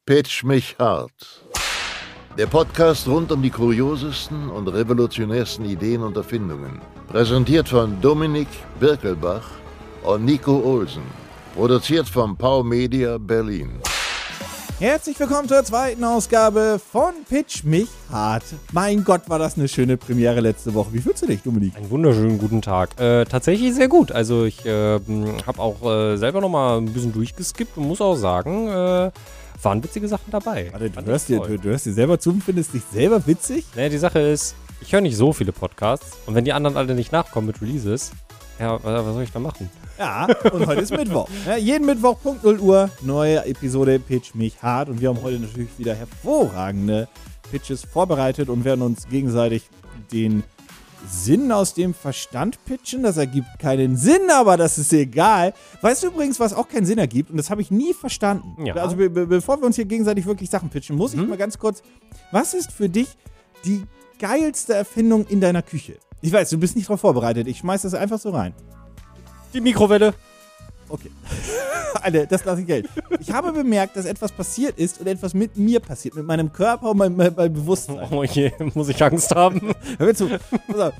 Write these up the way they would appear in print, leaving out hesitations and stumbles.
Pitch mich hart. Der Podcast rund um die kuriosesten und revolutionärsten Ideen und Erfindungen. Präsentiert von Dominik Birkelbach und Nico Olsen. Produziert von Pau Media Berlin. Herzlich willkommen zur zweiten Ausgabe von Pitch mich hart. Mein Gott, war das eine schöne Premiere letzte Woche. Wie fühlst du dich, Dominik? Einen wunderschönen guten Tag. Tatsächlich sehr gut. Also ich habe auch selber nochmal ein bisschen durchgeskippt und muss auch sagen, waren witzige Sachen dabei. Warte, du hörst dir selber zu und findest dich selber witzig? Naja, die Sache ist, ich höre nicht so viele Podcasts und wenn die anderen alle nicht nachkommen mit Releases, ja, was soll ich da machen? Ja, und heute ist Mittwoch. Ja, jeden Mittwoch, Punkt 0 Uhr, neue Episode Pitch mich hart. Und wir haben heute natürlich wieder hervorragende Pitches vorbereitet und werden uns gegenseitig den Sinn aus dem Verstand pitchen. Das ergibt keinen Sinn, aber das ist egal. Weißt du übrigens, was auch keinen Sinn ergibt? Und das habe ich nie verstanden. Ja. Also bevor wir uns hier gegenseitig wirklich Sachen pitchen, muss ich mal ganz kurz, was ist für dich die geilste Erfindung in deiner Küche? Ich weiß, du bist nicht darauf vorbereitet. Ich schmeiß das einfach so rein. Die Mikrowelle. Okay. Alter, das lasse ich Geld. Ich habe bemerkt, dass etwas passiert ist und etwas mit mir passiert. Mit meinem Körper und meinem Bewusstsein. Oh je, muss ich Angst haben? Hör mir zu. Pass auf.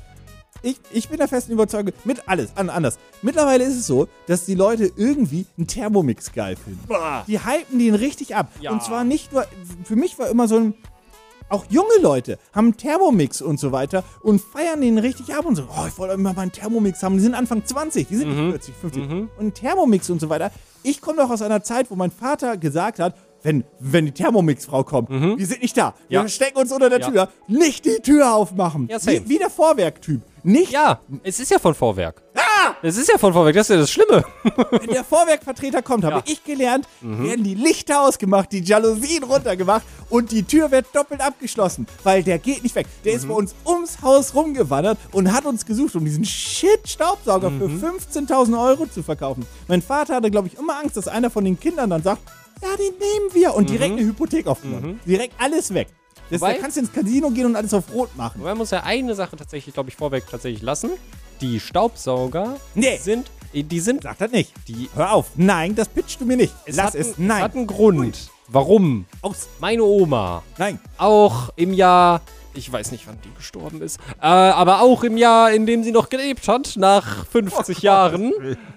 Ich bin der festen Überzeugung, anders. Mittlerweile ist es so, dass die Leute irgendwie einen Thermomix geil finden. Bah. Die hypen den richtig ab. Ja. Und zwar nicht nur, für mich war immer so ein, auch junge Leute haben Thermomix und so weiter und feiern den richtig ab und so, oh, ich wollte immer mal einen Thermomix haben. Die sind Anfang 20, die sind nicht 40, 50. Und Thermomix und so weiter. Ich komme doch aus einer Zeit, wo mein Vater gesagt hat, wenn die Thermomix-Frau kommt, wir sind nicht da, wir verstecken uns unter der Tür, nicht die Tür aufmachen. Ja, same. Wie der Vorwerk-Typ. Nicht. Ja, es ist ja von Vorwerk. Es ist ja von Vorwerk, das ist ja das Schlimme. Wenn der Vorwerkvertreter kommt, habe ich gelernt, werden die Lichter ausgemacht, die Jalousien runtergemacht und die Tür wird doppelt abgeschlossen, weil der geht nicht weg. Der ist bei uns ums Haus rumgewandert und hat uns gesucht, um diesen Shit-Staubsauger für 15.000 Euro zu verkaufen. Mein Vater hatte, glaube ich, immer Angst, dass einer von den Kindern dann sagt, ja, den nehmen wir und direkt eine Hypothek aufgenommen. Direkt alles weg. Da kannst du ins Casino gehen und alles auf Rot machen. Man muss ja eine Sache tatsächlich, glaube ich, Vorwerk tatsächlich lassen. Die Staubsauger sind... Sag das nicht. Hör auf. Nein, das pitchst du mir nicht. Lass es. Nein. Es hat einen Grund. Warum? Meine Oma. Nein. Auch im Jahr... Ich weiß nicht, wann die gestorben ist. Aber auch im Jahr, in dem sie noch gelebt hat, nach 50 Jahren,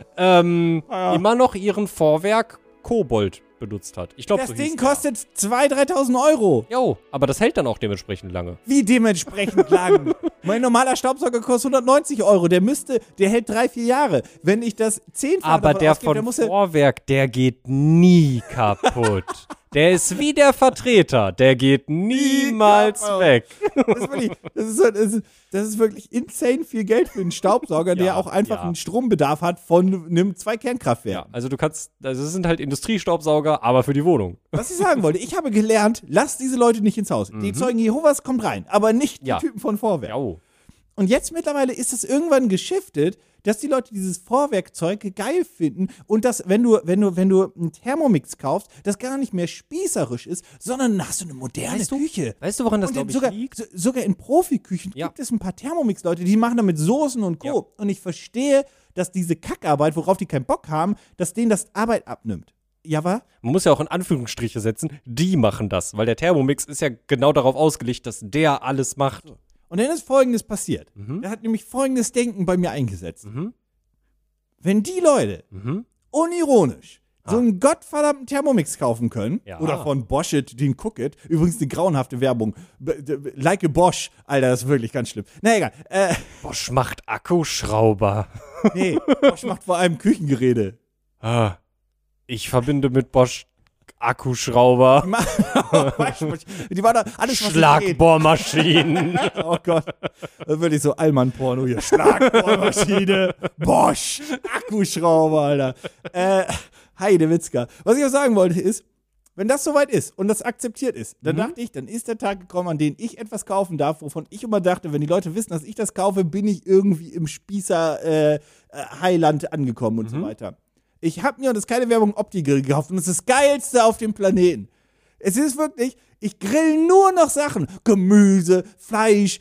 immer noch ihren Vorwerk Kobold benutzt hat. Ich glaube, das Ding kostet 2.000, 3.000 Euro. Jo, aber das hält dann auch dementsprechend lange. Wie dementsprechend lang? Mein normaler Staubsauger kostet 190 Euro. Der hält 3-4 Jahre. Wenn ich das 10-fach aber der von Vorwerk, der geht nie kaputt. Der ist wie der Vertreter. Der geht niemals weg. Das ist wirklich insane viel Geld für einen Staubsauger, der auch einfach einen Strombedarf hat von einem 2 Kernkraftwerk. Ja, also es sind halt Industriestaubsauger, aber für die Wohnung. Was ich sagen wollte, ich habe gelernt, lasst diese Leute nicht ins Haus. Die Zeugen Jehovas kommt rein, aber nicht die Typen von Vorwerk. Ja. Und jetzt mittlerweile ist es irgendwann geschiftet, dass die Leute dieses Vorwerkzeug geil finden und dass, wenn du einen Thermomix kaufst, das gar nicht mehr spießerisch ist, sondern dann hast du eine moderne Küche. Weißt du, woran das, glaube ich, liegt? Sogar in Profiküchen gibt es ein paar Thermomix-Leute, die machen damit Soßen und Co. Ja. Und ich verstehe, dass diese Kackarbeit, worauf die keinen Bock haben, dass denen das Arbeit abnimmt. Ja, wa? Man muss ja auch in Anführungsstriche setzen, die machen das, weil der Thermomix ist ja genau darauf ausgelegt, dass der alles macht. Und dann ist Folgendes passiert. Da hat nämlich folgendes Denken bei mir eingesetzt. Wenn die Leute unironisch so einen gottverdammten Thermomix kaufen können, oder von Bosch den Cookit, übrigens eine grauenhafte Werbung, like a Bosch, Alter, das ist wirklich ganz schlimm. Na egal. Bosch macht Akkuschrauber. Nee, Bosch macht vor allem Küchengeräte. Ich verbinde mit Bosch Akkuschrauber. Die waren da alles, was Schlagbohrmaschinen. Oh Gott. Das würde ich so Allmann-Porno hier. Schlagbohrmaschine, Bosch, Akkuschrauber, Alter. Heidewitzka. Was ich auch sagen wollte ist, wenn das soweit ist und das akzeptiert ist, dann dachte ich, dann ist der Tag gekommen, an dem ich etwas kaufen darf, wovon ich immer dachte, wenn die Leute wissen, dass ich das kaufe, bin ich irgendwie im Spießer-Heiland angekommen und so weiter. Ich habe mir, und das ist keine Werbung, Opti-Grill gekauft und das ist das Geilste auf dem Planeten. Es ist wirklich, Ich grill nur noch Sachen. Gemüse, Fleisch,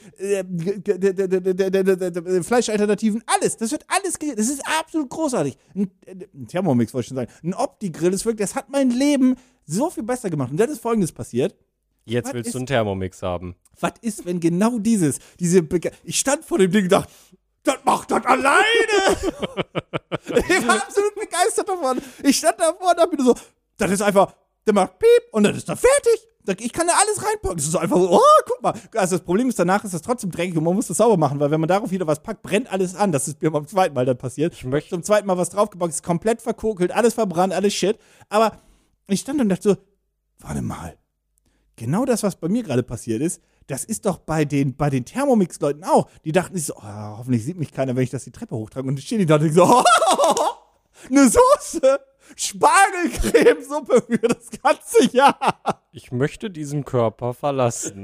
Fleischalternativen, alles. Das wird alles gegrillt. Das ist absolut großartig. Ein Thermomix wollte ich schon sagen. Ein Opti-Grill ist wirklich, das hat mein Leben so viel besser gemacht. Und dann ist Folgendes passiert. Jetzt willst du einen Thermomix haben. Was ist, wenn genau ich stand vor dem Ding und dachte, das macht das alleine. Ich war absolut begeistert davon. Ich stand davor und dachte mir so, das ist einfach, der macht Piep und dann ist das fertig. Ich kann da alles reinpacken. Das ist einfach so, oh, guck mal. Also das Problem ist, danach ist das trotzdem dreckig und man muss das sauber machen, weil wenn man darauf wieder was packt, brennt alles an. Das ist mir beim zweiten Mal dann passiert. Ich möchte zum zweiten Mal was draufgepackt, ist komplett verkokelt, alles verbrannt, alles Shit. Aber ich stand und dachte so, warte mal. Genau das, was bei mir gerade passiert ist, das ist doch bei den Thermomix-Leuten auch. Die dachten sich so, oh, hoffentlich sieht mich keiner, wenn ich das die Treppe hochtrage. Und die stehen da und denken so, eine Soße, Spargelcremesuppe für das ganze Jahr. Ich möchte diesen Körper verlassen.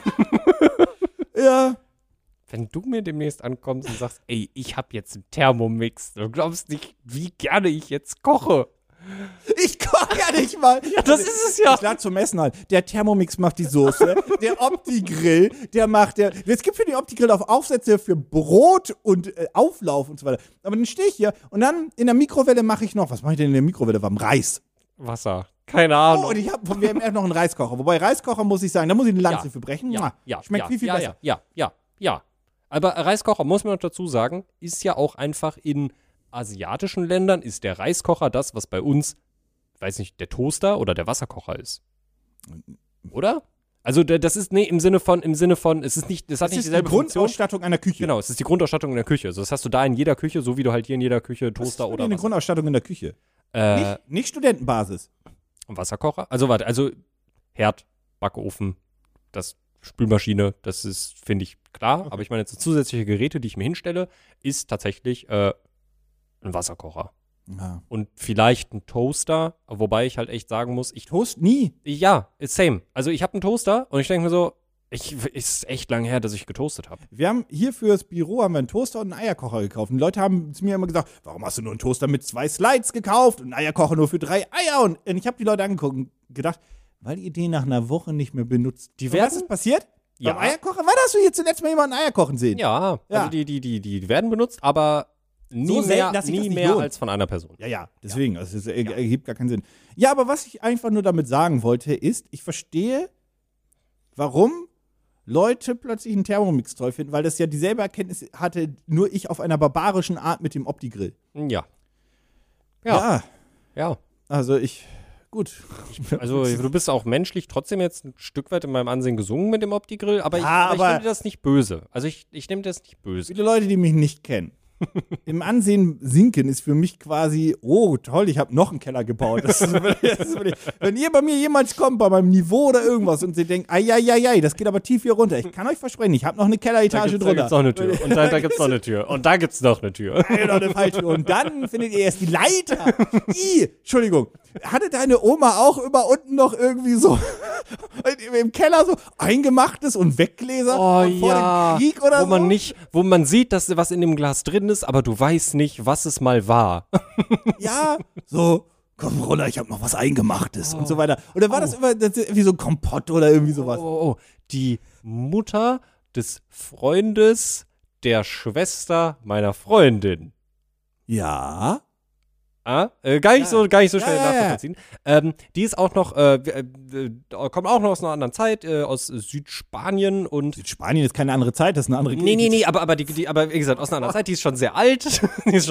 Ja. Wenn du mir demnächst ankommst und sagst, ey, ich hab jetzt einen Thermomix, du glaubst nicht, wie gerne ich jetzt koche. Ich koche ja nicht mal. Ja, das ist es ja. Ich lade zum Essen halt. Der Thermomix macht die Soße. Der Opti-Grill, es gibt für den Opti-Grill auch Aufsätze für Brot und Auflauf und so weiter. Aber dann stehe ich hier und dann in der Mikrowelle mache ich noch, was mache ich denn in der Mikrowelle? Reis. Wasser. Keine Ahnung. Oh, und ich habe von WMR noch einen Reiskocher. Wobei Reiskocher muss ich sagen, da muss ich eine Lanze für brechen. Schmeckt viel besser. Ja. Aber Reiskocher, muss man noch dazu sagen, ist ja auch einfach in asiatischen Ländern ist der Reiskocher das, was bei uns, weiß nicht, der Toaster oder der Wasserkocher ist. Oder? Also das ist, im Sinne von, es ist nicht, das hat nicht dieselbe Funktion. Die Grundausstattung einer Küche. Genau, es ist die Grundausstattung in der Küche. Also das hast du da in jeder Küche, so wie du halt hier in jeder Küche Toaster oder eine Grundausstattung in der Küche. Nicht Studentenbasis. Wasserkocher? Also Herd, Backofen, das Spülmaschine, das ist, finde ich, klar. Okay. Aber ich meine, jetzt zusätzliche Geräte, die ich mir hinstelle, ist tatsächlich ein Wasserkocher. Ja. Und vielleicht ein Toaster, wobei ich halt echt sagen muss, ich toast nie. Ja, it's same. Also ich habe einen Toaster und ich denke mir so, ist echt lange her, dass ich getoastet habe. Wir haben hier fürs Büro einen Toaster und einen Eierkocher gekauft. Und Leute haben zu mir immer gesagt, warum hast du nur einen Toaster mit 2 Slides gekauft und einen Eierkocher nur für 3 Eier? Und ich habe die Leute angeguckt und gedacht, weil ihr den nach einer Woche nicht mehr benutzt. Was ist passiert? Ja. Beim Eierkocher? Wann hast du hier zuletzt mal jemanden Eier kochen sehen? Ja. Also die werden benutzt, aber nie mehr als von einer Person. Ja, deswegen, also es ergibt gar keinen Sinn. Ja, aber was ich einfach nur damit sagen wollte, ist, ich verstehe, warum Leute plötzlich einen Thermomix toll finden, weil das ja dieselbe Erkenntnis hatte, nur ich auf einer barbarischen Art mit dem Opti-Grill. Ja. Also gut. Also du bist auch menschlich trotzdem jetzt ein Stück weit in meinem Ansehen gesungen mit dem Opti-Grill, aber ich nehme dir das nicht böse. Also ich nehme das nicht böse. Viele Leute, die mich nicht kennen, im Ansehen sinken ist für mich quasi, oh toll, ich habe noch einen Keller gebaut. Wenn ihr bei mir jemals kommt, bei meinem Niveau oder irgendwas und sie denkt, ai, das geht aber tief hier runter. Ich kann euch versprechen, ich habe noch eine Kelleretage drunter. Da gibt's noch eine Tür. Und da gibt's noch eine Tür. Und da gibt's noch eine Tür. Und dann findet ihr erst die Leiter. Entschuldigung. Hatte deine Oma auch immer unten noch irgendwie so im Keller so Eingemachtes und Weggläser vor dem Krieg oder wo man sieht, dass was in dem Glas drin ist, aber du weißt nicht, was es mal war. Ja, so, komm runter, ich habe noch was Eingemachtes und so weiter. Oder war das immer wie so ein Kompott oder irgendwie sowas? Die Mutter des Freundes der Schwester meiner Freundin. Ja. Gar nicht so schnell nachvollziehen. Die ist auch noch, kommt auch noch aus einer anderen Zeit, aus Südspanien und. Südspanien ist keine andere Zeit, das ist eine andere Gegend. Nee, aber wie gesagt, aus einer anderen Zeit, die ist schon sehr alt.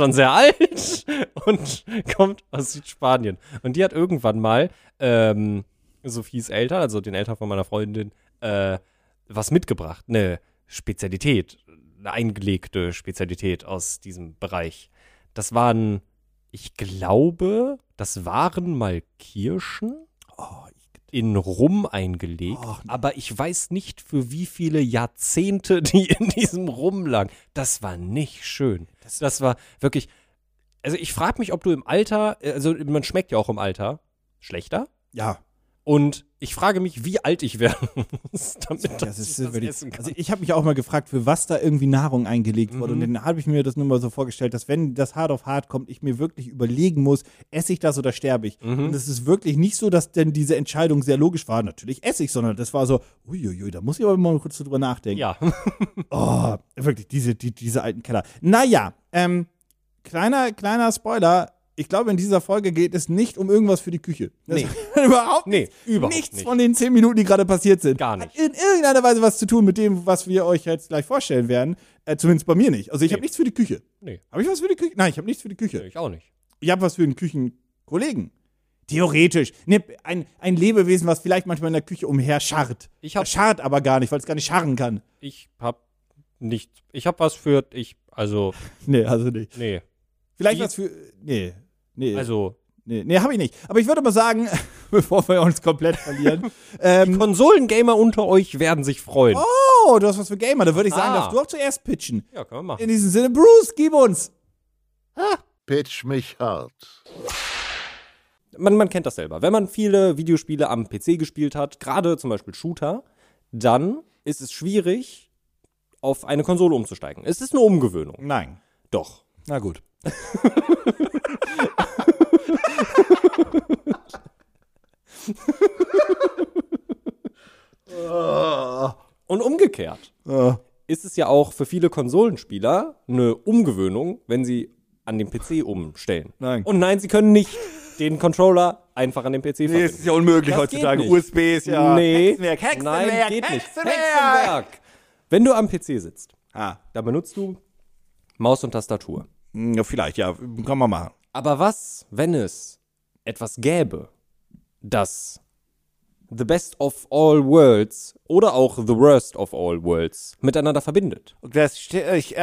Und kommt aus Südspanien. Und die hat irgendwann mal Sophies Eltern, also den Eltern von meiner Freundin, was mitgebracht. Eine Spezialität, eine eingelegte Spezialität aus diesem Bereich. Das waren. Ich glaube, das waren mal Kirschen in Rum eingelegt, aber ich weiß nicht, für wie viele Jahrzehnte die in diesem Rum lagen. Das war nicht schön. Das war wirklich, also ich frage mich, ob du im Alter, also man schmeckt ja auch im Alter schlechter. Ja. Und Ich frage mich, wie alt ich werden muss, damit Das ich ist das wirklich, essen kann. also ich habe mich auch mal gefragt, für was da irgendwie Nahrung eingelegt wurde. Und dann habe ich mir das nur mal so vorgestellt, dass wenn das hart auf hart kommt, ich mir wirklich überlegen muss, esse ich das oder sterbe ich? Und es ist wirklich nicht so, dass denn diese Entscheidung sehr logisch war. Natürlich esse ich, sondern das war so, uiuiui, da muss ich aber mal kurz drüber nachdenken. Ja. Oh, wirklich, diese alten Keller. Naja, kleiner Spoiler. Ich glaube, in dieser Folge geht es nicht um irgendwas für die Küche. Nee. Überhaupt Nee, nichts. überhaupt Nichts nicht. von den 10 Minuten, die gerade passiert sind. Gar nicht. Hat in irgendeiner Weise was zu tun mit dem, was wir euch jetzt gleich vorstellen werden. Zumindest bei mir nicht. Also ich habe nichts für die Küche. Nee. Habe ich was für die Küche? Nein, ich habe nichts für die Küche. Ich auch nicht. Ich habe was für den Küchenkollegen. Theoretisch. Ne, ein Lebewesen, was vielleicht manchmal in der Küche umher scharrt. Ich Scharrt aber gar nicht, weil es gar nicht scharren kann. Ich hab nichts. Ich hab was für. Nee, also nicht. Nee. Vielleicht Die- was für. Nee. Also. Nee, habe ich nicht. Aber ich würde mal sagen, bevor wir uns komplett verlieren. Konsolengamer unter euch werden sich freuen. Oh, du hast was für Gamer. Da würde ich sagen, Ah. darfst du auch zuerst pitchen. Ja, können wir machen. In diesem Sinne, Bruce, gib uns. Pitch mich hart. Man kennt das selber. Wenn man viele Videospiele am PC gespielt hat, gerade zum Beispiel Shooter, dann ist es schwierig, auf eine Konsole umzusteigen. Es ist eine Umgewöhnung. Nein. Doch. Na gut. Und umgekehrt ist es ja auch für viele Konsolenspieler eine Umgewöhnung, wenn sie an den PC umstellen. Nein. Und nein, sie können nicht den Controller einfach an den PC verbinden. Nee, es ist ja unmöglich Das heutzutage. geht nicht. USB ist ja Nee. Hexenwerk. Nein, geht nicht. Hexenwerk. Wenn du am PC sitzt, Ah, da benutzt du Maus und Tastatur. ja, vielleicht, ja. Kann man machen. Aber was, wenn es etwas gäbe, das The Best of All Worlds oder auch The Worst of All Worlds miteinander verbindet? Ich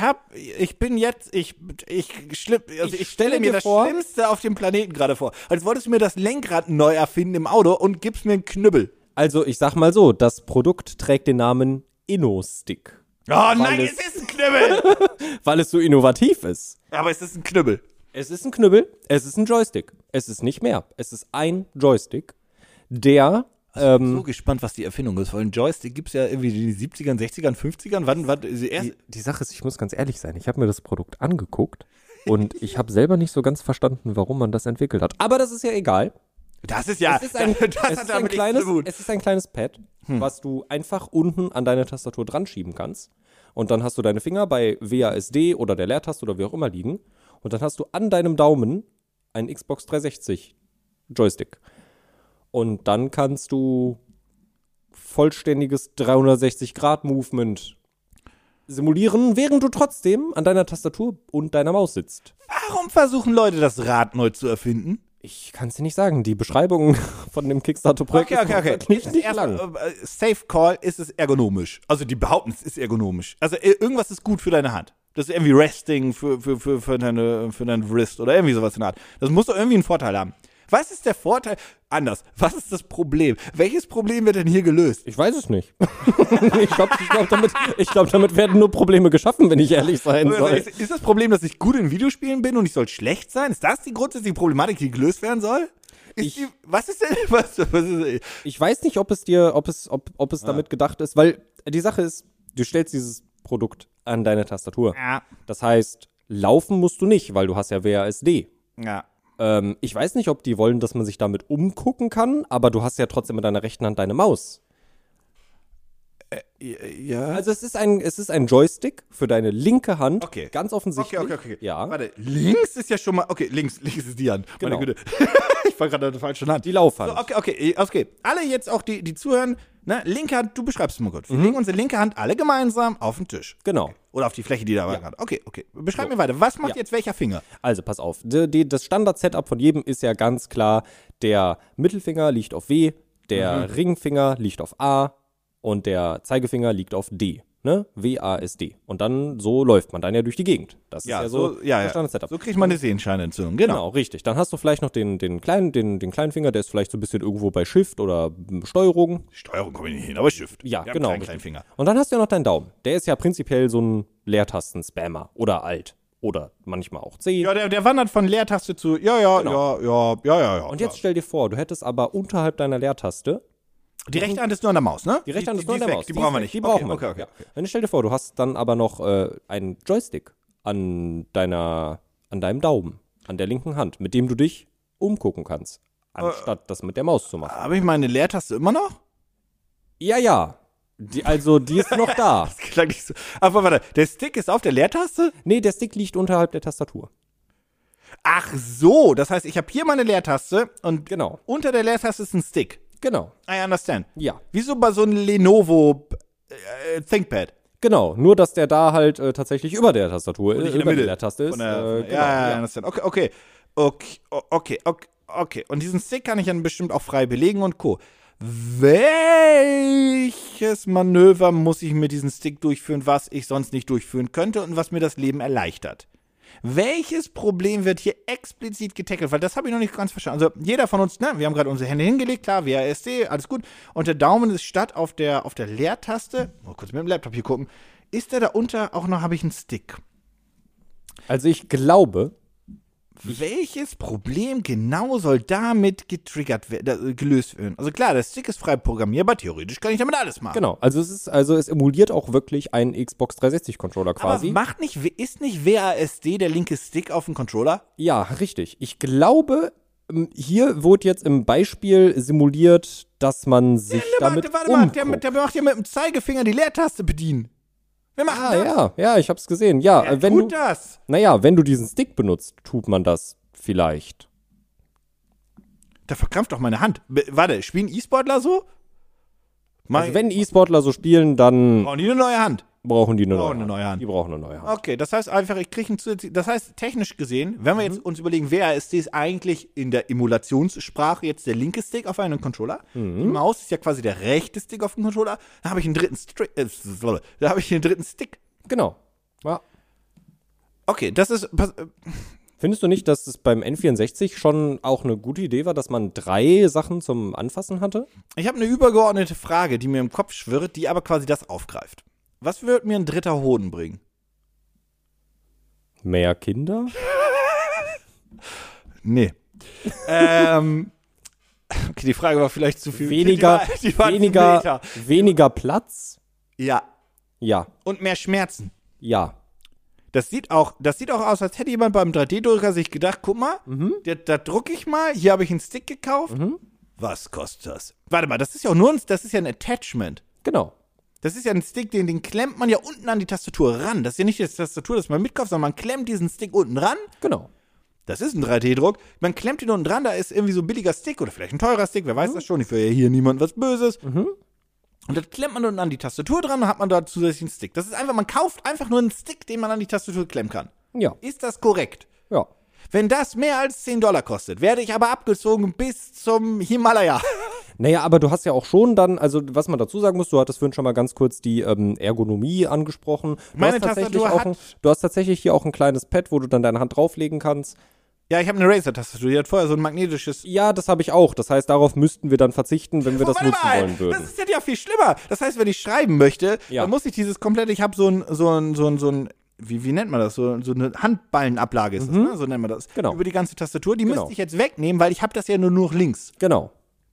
stelle mir dir das vor- Schlimmste auf dem Planeten gerade vor. Als wolltest du mir das Lenkrad neu erfinden im Auto und gibst mir einen Knüppel. Also, ich sag mal so, das Produkt trägt den Namen InnoStick, Oh nein, es ist ein Knüppel. weil es so innovativ ist. Aber es ist ein Knüppel. Es ist ein Knüppel, es ist ein Joystick. Es ist nicht mehr. Es ist ein Joystick, der So gespannt, was die Erfindung ist. Weil ein Joystick gibt es ja irgendwie in den 70ern, 60ern, 50ern. Wann Die Sache ist, ich muss ganz ehrlich sein, ich habe mir das Produkt angeguckt und ich habe selber nicht so ganz verstanden, warum man das entwickelt hat. Aber das ist ja egal. Das ist ja, Es ist ein, das es hat ist damit ein, nichts kleines, zu tun. es ist ein kleines Pad, was du einfach unten an deine Tastatur dran schieben kannst. Und dann hast du deine Finger bei WASD oder der Leertaste oder wie auch immer liegen. Und dann hast du an deinem Daumen einen Xbox 360 Joystick. Und dann kannst du vollständiges 360-Grad-Movement simulieren, während du trotzdem an deiner Tastatur und deiner Maus sitzt. Warum versuchen Leute, das Rad neu zu erfinden? Ich kann es dir nicht sagen. Die Beschreibung von dem Kickstarter-Projekt ist wirklich nicht lang. Safe Call, ist es ergonomisch. Also die behaupten, es ist ergonomisch. Also irgendwas ist gut für deine Hand. Das ist irgendwie Resting für deine Wrist oder irgendwie sowas in der Art. Das muss doch irgendwie einen Vorteil haben. Was ist der Vorteil? Anders. Was ist das Problem? Welches Problem wird denn hier gelöst? Ich weiß es nicht. ich glaube, damit werden nur Probleme geschaffen, wenn ich ehrlich sein soll. Ist das Problem, dass ich gut in Videospielen bin und ich soll schlecht sein? Ist das die grundsätzliche Problematik, die gelöst werden soll? Was ist denn? Was ist, Ich weiß nicht, ob es damit gedacht ist, weil die Sache ist, du stellst dieses Produkt an deine Tastatur. ja. Das heißt, laufen musst du nicht, weil du hast ja WASD. Ja. Ich weiß nicht, ob die wollen, dass man sich damit umgucken kann, aber du hast ja trotzdem mit deiner rechten Hand deine Maus. Ja. Also es ist ein Joystick für deine linke Hand, Okay. ganz offensichtlich. Okay. Ja, Warte, links ist ja schon mal. Okay, links ist die Hand. Genau. Meine Güte. Ich war gerade an der falschen Hand. die Laufhand. So, okay. Alle jetzt auch, die zuhören, ne, linke Hand, du beschreibst es mal kurz. Wir legen unsere linke Hand alle gemeinsam auf den Tisch. Genau. Oder auf die Fläche, die da war gerade. Okay. Beschreib mir weiter. Was macht Ja. jetzt welcher Finger? Also pass auf, das Standard-Setup von jedem ist ja ganz klar, der Mittelfinger liegt auf W, der Ringfinger liegt auf A und der Zeigefinger liegt auf D. Ne? WASD. Und dann so läuft man dann ja durch die Gegend. Das ist ja so das Standard-Setup. So kriegt man eine Sehenscheinentzündung. Genau, richtig. Dann hast du vielleicht noch den kleinen Finger, der ist vielleicht so ein bisschen irgendwo bei Shift oder Steuerung. Steuerung komme ich nicht hin, aber Shift. Ja, Wir haben genau. einen kleinen Finger. Und dann hast du ja noch deinen Daumen. Der ist ja prinzipiell so ein Leertasten-Spammer oder Alt. Oder manchmal auch C. Ja, der wandert von Leertaste zu, ja. Und jetzt stell dir vor, du hättest aber unterhalb deiner Leertaste Die rechte Hand ist nur an der Maus, ne? Die rechte Hand ist nur an der Maus. Die brauchen wir nicht. Die brauchen wir okay, nicht. Ja. Wenn du stell dir vor, du hast dann aber noch einen Joystick an deinem Daumen, an der linken Hand, mit dem du dich umgucken kannst, anstatt das mit der Maus zu machen. Habe ich meine Leertaste immer noch? Ja. Die ist noch da. Das klang nicht so. Aber warte, der Stick ist auf der Leertaste? Nee, der Stick liegt unterhalb der Tastatur. Ach so, das heißt, ich habe hier meine Leertaste und Genau. unter der Leertaste ist ein Stick. Genau. I understand. Ja. Wieso bei so einem Lenovo ThinkPad? Genau. Nur, dass der da halt tatsächlich über der Tastatur nicht in der über Mitte der Taste ist. Von der, Genau, ja, I understand. Okay. Und diesen Stick kann ich dann bestimmt auch frei belegen und Co. Welches Manöver muss ich mit diesem Stick durchführen, was ich sonst nicht durchführen könnte und was mir das Leben erleichtert? Welches Problem wird hier explizit getackelt? Weil das habe ich noch nicht ganz verstanden. Also jeder von uns, ne, wir haben gerade unsere Hände hingelegt, klar, WASD, alles gut. Und der Daumen ist statt auf der Leertaste, kurz mit dem Laptop hier gucken, ist da unter auch noch, habe ich einen Stick. Also ich glaube, Welches Problem genau soll damit gelöst werden? Also klar, der Stick ist frei programmierbar, theoretisch kann ich damit alles machen. genau. Es emuliert auch wirklich einen Xbox 360-Controller quasi. Aber ist nicht WASD der linke Stick auf dem Controller? Ja, richtig. Ich glaube, hier wurde jetzt im Beispiel simuliert, dass man sich damit umguckt. Der macht ja mit dem Zeigefinger die Leertaste bedienen. Wer macht das? Ja, ich hab's gesehen. Ja, Wer wenn tut du, das? naja, wenn du diesen Stick benutzt, tut man das vielleicht. Da verkrampft doch meine Hand. Warte, spielen E-Sportler so? Also wenn E-Sportler so spielen, dann Brauchen die eine neue Hand? brauchen die eine Brauchen neue eine neue Hand. Die brauchen eine neue Hand. Okay, das heißt einfach, ich kriege das heißt, technisch gesehen, wenn wir jetzt uns überlegen, WASD ist eigentlich in der Emulationssprache jetzt der linke Stick auf einem Controller. Die Maus ist ja quasi der rechte Stick auf dem Controller. Da habe ich einen dritten Stick. Genau. Ja. Okay, das ist. Findest du nicht, dass es beim N64 schon auch eine gute Idee war, dass man 3 Sachen zum Anfassen hatte? Ich habe eine übergeordnete Frage, die mir im Kopf schwirrt, die aber quasi das aufgreift. Was wird mir ein dritter Hoden bringen? Mehr Kinder? Nee. Okay, die Frage war vielleicht zu viel. Weniger Platz? Ja. Ja. Und mehr Schmerzen. Ja. Das sieht auch aus, als hätte jemand beim 3D-Drucker sich gedacht, guck mal, da drucke ich mal, hier habe ich einen Stick gekauft. Was kostet das? Warte mal, das ist ja auch das ist ja ein Attachment. Genau. Das ist ja ein Stick, den klemmt man ja unten an die Tastatur ran. Das ist ja nicht die Tastatur, das man mitkauft, sondern man klemmt diesen Stick unten ran. Genau. Das ist ein 3D-Druck. Man klemmt ihn unten dran, da ist irgendwie so ein billiger Stick oder vielleicht ein teurer Stick, wer weiß das schon. Ich will ja hier niemand was Böses. Und das klemmt man unten an die Tastatur dran und hat man da zusätzlich einen Stick. Das ist einfach, man kauft einfach nur einen Stick, den man an die Tastatur klemmen kann. Ja. Ist das korrekt? Ja. Wenn das mehr als $10 kostet, werde ich aber abgezogen bis zum Himalaya. Naja, aber du hast ja auch schon dann, also was man dazu sagen muss, du hattest vorhin schon mal ganz kurz die Ergonomie angesprochen. Meine Tastatur du hast tatsächlich hier auch ein kleines Pad, wo du dann deine Hand drauflegen kannst. Ja, ich habe eine Razer-Tastatur, die hat vorher so ein magnetisches. Ja, das habe ich auch. Das heißt, darauf müssten wir dann verzichten, wenn wir das nutzen wollen würden. Das ist ja viel schlimmer. Das heißt, wenn ich schreiben möchte, Ja. dann muss ich dieses komplette, ich habe so ein wie nennt man das? So eine Handballenablage ist das, ne? So nennt man das. Genau. Über die ganze Tastatur. Die Genau. müsste ich jetzt wegnehmen, weil ich habe das ja nur noch links. Genau.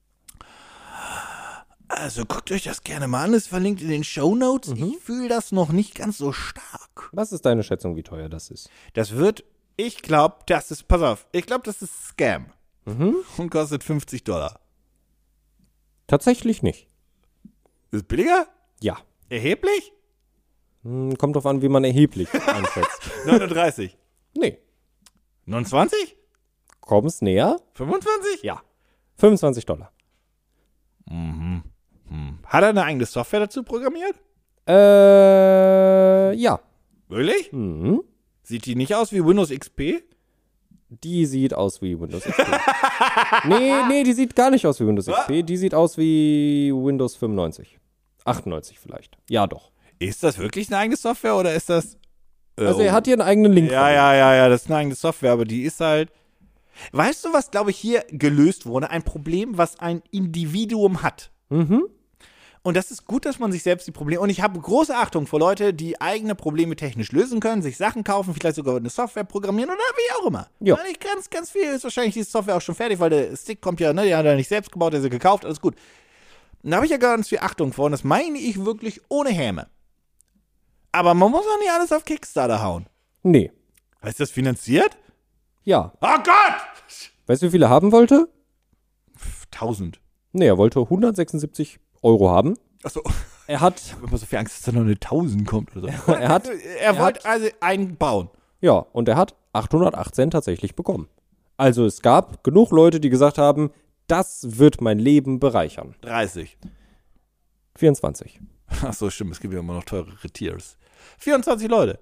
Also guckt euch das gerne mal an, ist verlinkt in den Shownotes. Ich fühle das noch nicht ganz so stark. Was ist deine Schätzung, wie teuer das ist? Ich glaube, das ist Scam. Und kostet $50. Tatsächlich nicht. Ist billiger? Ja. Erheblich? Kommt drauf an, wie man erheblich einschätzt. 39. Nee. 29? Kommst näher? 25? Ja. $25. Hat er eine eigene Software dazu programmiert? Ja. Wirklich? Sieht die nicht aus wie Windows XP? Die sieht aus wie Windows XP. nee, die sieht gar nicht aus wie Windows XP. Die sieht aus wie Windows 95. 98 vielleicht. Ja, doch. Ist das wirklich eine eigene Software oder ist das. Also er hat hier einen eigenen Link. Ja, das ist eine eigene Software, aber die ist halt. Weißt du, was, glaube ich, hier gelöst wurde? Ein Problem, was ein Individuum hat. Und das ist gut, dass man sich selbst die Probleme. Und ich habe große Achtung vor Leute, die eigene Probleme technisch lösen können, sich Sachen kaufen, vielleicht sogar eine Software programmieren oder wie auch immer. Ja. Nicht ganz viel ist wahrscheinlich diese Software auch schon fertig, weil der Stick kommt ja, ne, die hat er nicht selbst gebaut, der ist ja gekauft, alles gut. Und da habe ich ja ganz viel Achtung vor und das meine ich wirklich ohne Häme. Aber man muss auch nicht alles auf Kickstarter hauen. Nee. Heißt das finanziert? Ja. Oh Gott! Weißt du, wie viel er haben wollte? 1000. Nee, er wollte 176 € haben. Achso. Er hat, Ich habe immer so viel Angst, dass da noch eine 1000 kommt oder so. er wollte also einen bauen. ja, und er hat 818 tatsächlich bekommen. Also es gab genug Leute, die gesagt haben, das wird mein Leben bereichern. 30. 24. Achso, stimmt, es gibt ja immer noch teurere Tiers. 24 Leute.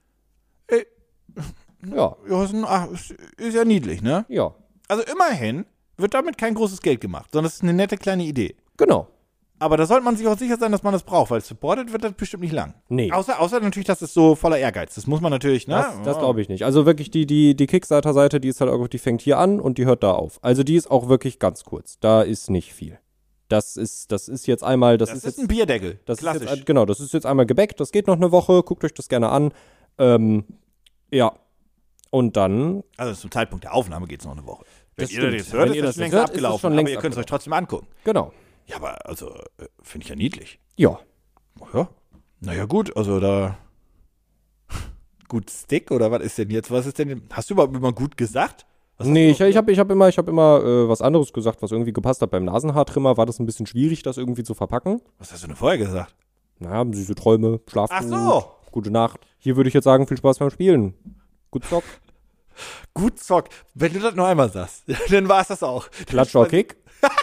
Ja, Ja, ist ja niedlich, ne? ja, Also immerhin wird damit kein großes Geld gemacht, sondern es ist eine nette kleine Idee. genau. Aber da sollte man sich auch sicher sein, dass man das braucht, weil supported wird das bestimmt nicht lang. Nee. Außer natürlich, dass es so voller Ehrgeiz. Das muss man natürlich, ne? Das glaube ich nicht. Also wirklich die Kickstarter-Seite, die ist halt irgendwie, die fängt hier an und die hört da auf. Also die ist auch wirklich ganz kurz. Da ist nicht viel. Das ist jetzt einmal, das ist ist jetzt ein Bierdeckel. das Klassisch. ist jetzt, genau, das ist jetzt einmal gebackt. Das geht noch eine Woche. Guckt euch das gerne an. Ja. Und dann. Also zum Zeitpunkt der Aufnahme geht es noch eine Woche. Wenn Das ihr das stimmt. jetzt hört, Wenn ihr ist das das längst hört, ist es abgelaufen. schon Aber längst ihr könnt es euch trotzdem angucken. Genau. Ja, aber also, finde ich ja niedlich. Ja. Ja. Naja, gut, also da. Gut Stick oder was ist denn jetzt? Was ist denn? Hast du überhaupt immer gut gesagt? Was Nee, hast du- ich hab immer was anderes gesagt, was irgendwie gepasst hat. Beim Nasenhaartrimmer war das ein bisschen schwierig, das irgendwie zu verpacken. Was hast du denn vorher gesagt? Naja, süße Träume, Schlaf Ach gut, so. gute Nacht. Hier würde ich jetzt sagen, viel Spaß beim Spielen. Gut Zock, Gut Zock. Wenn du das noch einmal sagst, dann war es das auch. Klatsch or Kick.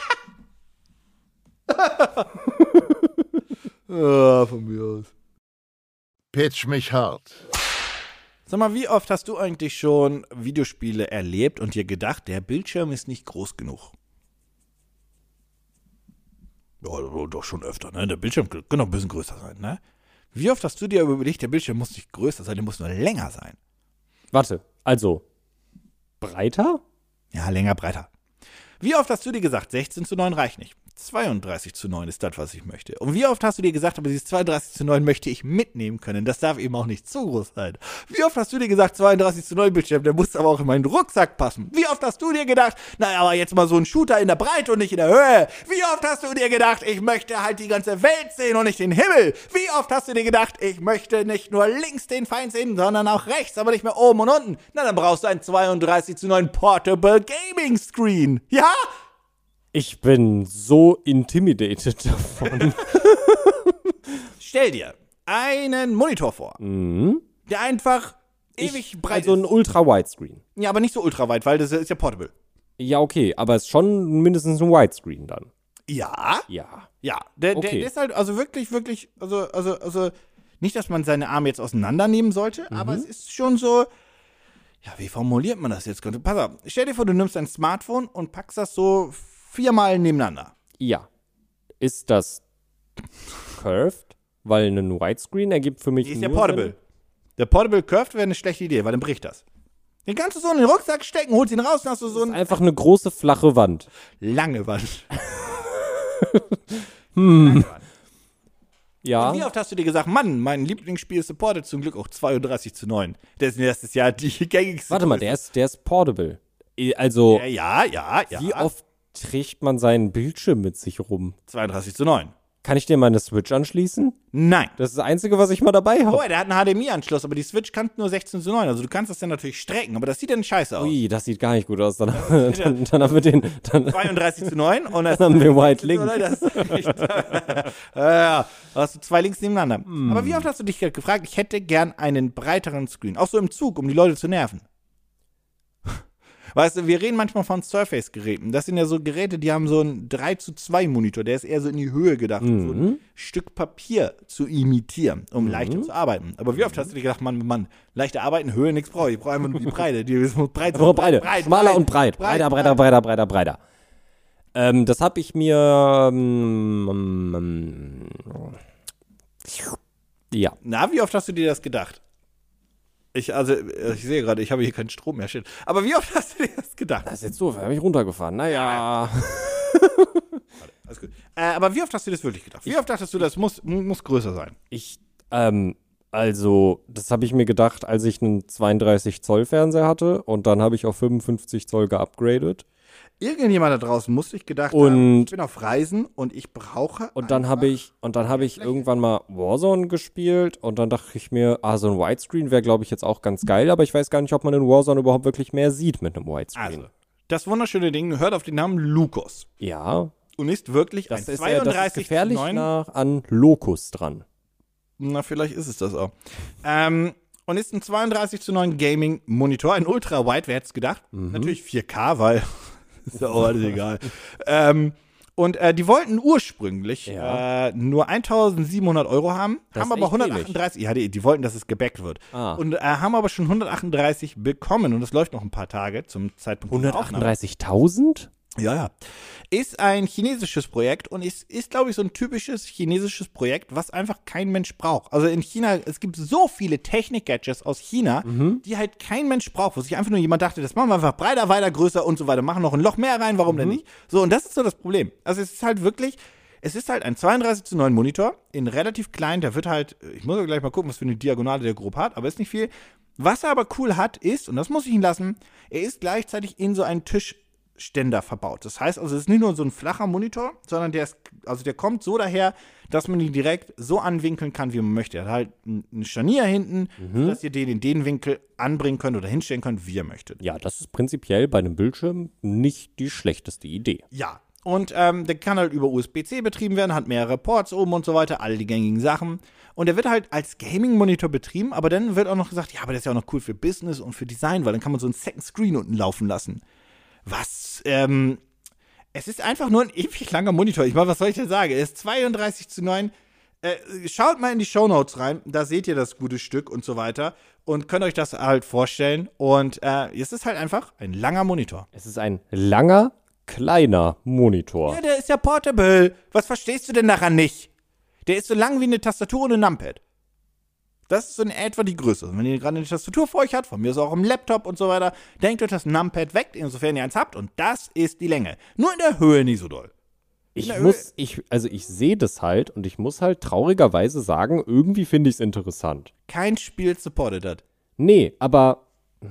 Von mir aus. Pitch mich hart. Sag mal, wie oft hast du eigentlich schon Videospiele erlebt und dir gedacht, der Bildschirm ist nicht groß genug? Ja, doch schon öfter, ne? Der Bildschirm kann noch ein bisschen größer sein, ne? Wie oft hast du dir überlegt, der Bildschirm muss nicht größer sein, der muss nur länger sein? Warte, also breiter? Ja, länger, breiter. Wie oft hast du dir gesagt, 16:9 reicht nicht? 32:9 ist das, was ich möchte. Und wie oft hast du dir gesagt, aber dieses 32:9 möchte ich mitnehmen können. Das darf eben auch nicht zu groß sein. Wie oft hast du dir gesagt, 32:9 Bildschirm, der muss aber auch in meinen Rucksack passen. Wie oft hast du dir gedacht, naja, aber jetzt mal so ein Shooter in der Breite und nicht in der Höhe. Wie oft hast du dir gedacht, ich möchte halt die ganze Welt sehen und nicht den Himmel. Wie oft hast du dir gedacht, ich möchte nicht nur links den Feind sehen, sondern auch rechts, aber nicht mehr oben und unten. Na, dann brauchst du einen 32:9 Portable Gaming Screen. Ja? Ich bin so intimidated davon. Stell dir einen Monitor vor, der einfach ewig breit Also ein ist. Ultra-Widescreen. Ja, aber nicht so ultraweit, weil das ist ja portable. Ja, okay, aber es ist schon mindestens ein Widescreen dann. Ja? Ja. Ja. Der Okay. ist halt also wirklich, also nicht, dass man seine Arme jetzt auseinandernehmen sollte, aber es ist schon so, ja, wie formuliert man das jetzt? Pass auf, stell dir vor, du nimmst dein Smartphone und packst das so 4-mal nebeneinander. Ja. Ist das curved? Weil ein Widescreen ergibt für mich Die ist ja nur portable. Der Portable Curved wäre eine schlechte Idee, weil dann bricht das. Den kannst du so in den Rucksack stecken, holst ihn raus und hast du so Sinn. eine Einfach eine große, flache Wand. lange Wand. Ja. Und wie oft hast du dir gesagt, Mann, mein Lieblingsspiel supportet zum Glück auch 32:9. Das ist ja die gängigste. Warte mal, der ist portable. Also, Ja. wie oft trägt man seinen Bildschirm mit sich rum? 32:9. Kann ich dir meine Switch anschließen? Nein. Das ist das Einzige, was ich mal dabei habe. Oh, der hat einen HDMI-Anschluss, aber die Switch kann nur 16:9. Also du kannst das dann natürlich strecken, aber das sieht dann scheiße aus. Ui, das sieht gar nicht gut aus. Dann haben wir den. Dann 32:9 und das haben wir White Link. Das ist echt, ja, da hast du zwei Links nebeneinander. Aber wie oft hast du dich gefragt, ich hätte gern einen breiteren Screen, auch so im Zug, um die Leute zu nerven? Weißt du, wir reden manchmal von Surface-Geräten. Das sind ja so Geräte, die haben so einen 3:2 Monitor, der ist eher so in die Höhe gedacht, um so ein Stück Papier zu imitieren, um leichter zu arbeiten. Aber wie oft hast du dir gedacht, Mann, leichter arbeiten, Höhe, nichts brauche ich brauche einfach nur die Breite. Die muss breit sein. Aber breite. Schmaler und breit. Breiter. Das habe ich mir. Ja. Na, wie oft hast du dir das gedacht? Ich sehe gerade, ich habe hier keinen Strom mehr, shit. Aber wie oft hast du dir das gedacht? Das ist jetzt doof, habe ich runtergefahren. Naja. Alles gut. Aber wie oft hast du das wirklich gedacht? Wie oft dachtest du, das muss größer sein? Also, das habe ich mir gedacht, als ich einen 32 Zoll Fernseher hatte und dann habe ich auf 55 Zoll geupgradet. Irgendjemand da draußen muss sich gedacht Und- haben, ich bin auf Reisen und ich brauche Und dann habe ich irgendwann mal Warzone gespielt und dann dachte ich mir, so ein Widescreen wäre, glaube ich, jetzt auch ganz geil, aber ich weiß gar nicht, ob man in Warzone überhaupt wirklich mehr sieht mit einem Widescreen. Also, das wunderschöne Ding hört auf den Namen Lukos Ja, und ist wirklich das ein ist, das ist 32 gefährlich zu 9. nah an Locus dran. Na, vielleicht ist es das auch. Und ist ein 32 zu 9 Gaming-Monitor, ein Ultra-Wide, wer hätte es gedacht? Natürlich 4K, weil ist ja auch alles egal. Und die wollten ursprünglich nur 1.700 € haben, Das haben ist aber echt 138, ja, die wollten, dass es gebackt wird. Und haben aber schon 138 bekommen und es läuft noch ein paar Tage zum Zeitpunkt der Aufnahme. 138.000? Ja. Ist ein chinesisches Projekt und ist glaube ich, so ein typisches chinesisches Projekt, was einfach kein Mensch braucht. Also in China, es gibt so viele Technik-Gadgets aus China, die halt kein Mensch braucht, wo sich einfach nur jemand dachte, das machen wir einfach breiter, weiter, größer und so weiter, machen noch ein Loch mehr rein, warum denn nicht? So, und das ist so das Problem. Also es ist halt wirklich, es ist halt ein 32 zu 9 Monitor, in relativ klein, der wird halt, ich muss aber gleich mal gucken, was für eine Diagonale der grob hat, aber ist nicht viel. Was er aber cool hat, ist, und das muss ich ihn lassen, er ist gleichzeitig in so einen Tischständer verbaut. Das heißt also, es ist nicht nur so ein flacher Monitor, sondern der kommt so daher, dass man ihn direkt so anwinkeln kann, wie man möchte. Er hat halt ein Scharnier hinten, sodass ihr den in den Winkel anbringen könnt oder hinstellen könnt, wie ihr möchtet. Ja, das ist prinzipiell bei einem Bildschirm nicht die schlechteste Idee. Ja. Und der kann halt über USB-C betrieben werden, hat mehrere Ports oben und so weiter, all die gängigen Sachen. Und der wird halt als Gaming-Monitor betrieben, aber dann wird auch noch gesagt, ja, aber das ist ja auch noch cool für Business und für Design, weil dann kann man so einen Second Screen unten laufen lassen. Was, es ist einfach nur ein ewig langer Monitor. Ich meine, was soll ich denn sagen? Er ist 32 zu 9. Schaut mal in die Shownotes rein, da seht ihr das gute Stück und so weiter und könnt euch das halt vorstellen. Und es ist halt einfach ein langer Monitor. Es ist ein langer, kleiner Monitor. Ja, der ist ja portable. Was verstehst du denn daran nicht? Der ist so lang wie eine Tastatur und ein Numpad. Das ist so in etwa die Größe. Und wenn ihr gerade eine Tastatur vor euch habt, von mir ist auch im Laptop und so weiter, denkt euch das Numpad weg, insofern ihr eins habt. Und das ist die Länge. Nur in der Höhe nicht so doll. Ich sehe das halt und ich muss halt traurigerweise sagen, irgendwie finde ich es interessant. Kein Spiel supportet das. Nee, aber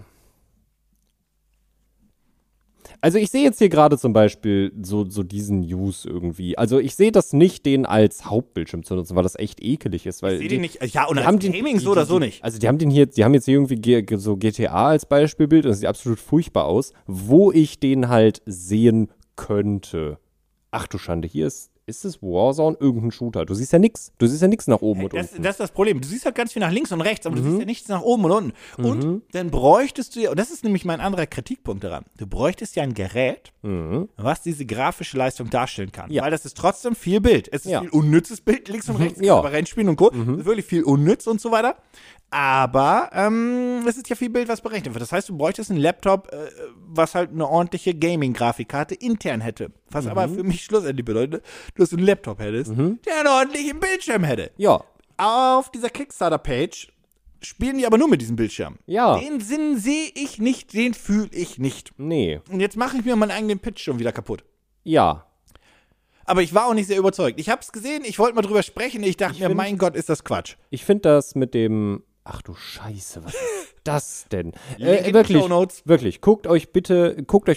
also ich sehe jetzt hier gerade zum Beispiel so diesen Use irgendwie. Also ich sehe das nicht, den als Hauptbildschirm zu nutzen, weil das echt ekelig ist. Weil Ich sehe den nicht. Ja, und die als haben Gaming so oder so nicht. Also die haben jetzt hier irgendwie so GTA als Beispielbild und es sieht absolut furchtbar aus, wo ich den halt sehen könnte. Ach du Schande, hier ist es Warzone irgendein Shooter? Du siehst ja nix. Du siehst ja nix nach oben und unten. Das ist das Problem. Du siehst halt ganz viel nach links und rechts, aber du siehst ja nichts nach oben und unten. Und dann bräuchtest du ja, und das ist nämlich mein anderer Kritikpunkt daran, du bräuchtest ja ein Gerät, was diese grafische Leistung darstellen kann. Ja. Weil das ist trotzdem viel Bild. Es ist viel unnützes Bild, links und rechts, Ja. bei Rennspielen und Co. Es ist wirklich viel unnütz und so weiter. Aber es ist ja viel Bild, was berechnet wird. Das heißt, du bräuchtest einen Laptop, was halt eine ordentliche Gaming-Grafikkarte intern hätte. Was aber für mich schlussendlich bedeutet, dass du einen Laptop hättest, der einen ordentlichen Bildschirm hätte. Ja. Auf dieser Kickstarter-Page spielen die aber nur mit diesem Bildschirm. Ja. Den Sinn sehe ich nicht, den fühle ich nicht. Nee. Und jetzt mache ich mir meinen eigenen Pitch schon wieder kaputt. Ja. Aber ich war auch nicht sehr überzeugt. Ich habe es gesehen, ich wollte mal drüber sprechen. Ich dachte mir, mein Gott, ist das Quatsch. Ich finde das mit dem. Ach du Scheiße, was ist das denn? Link in den Wirklich, Shownotes. wirklich. Guckt euch bitte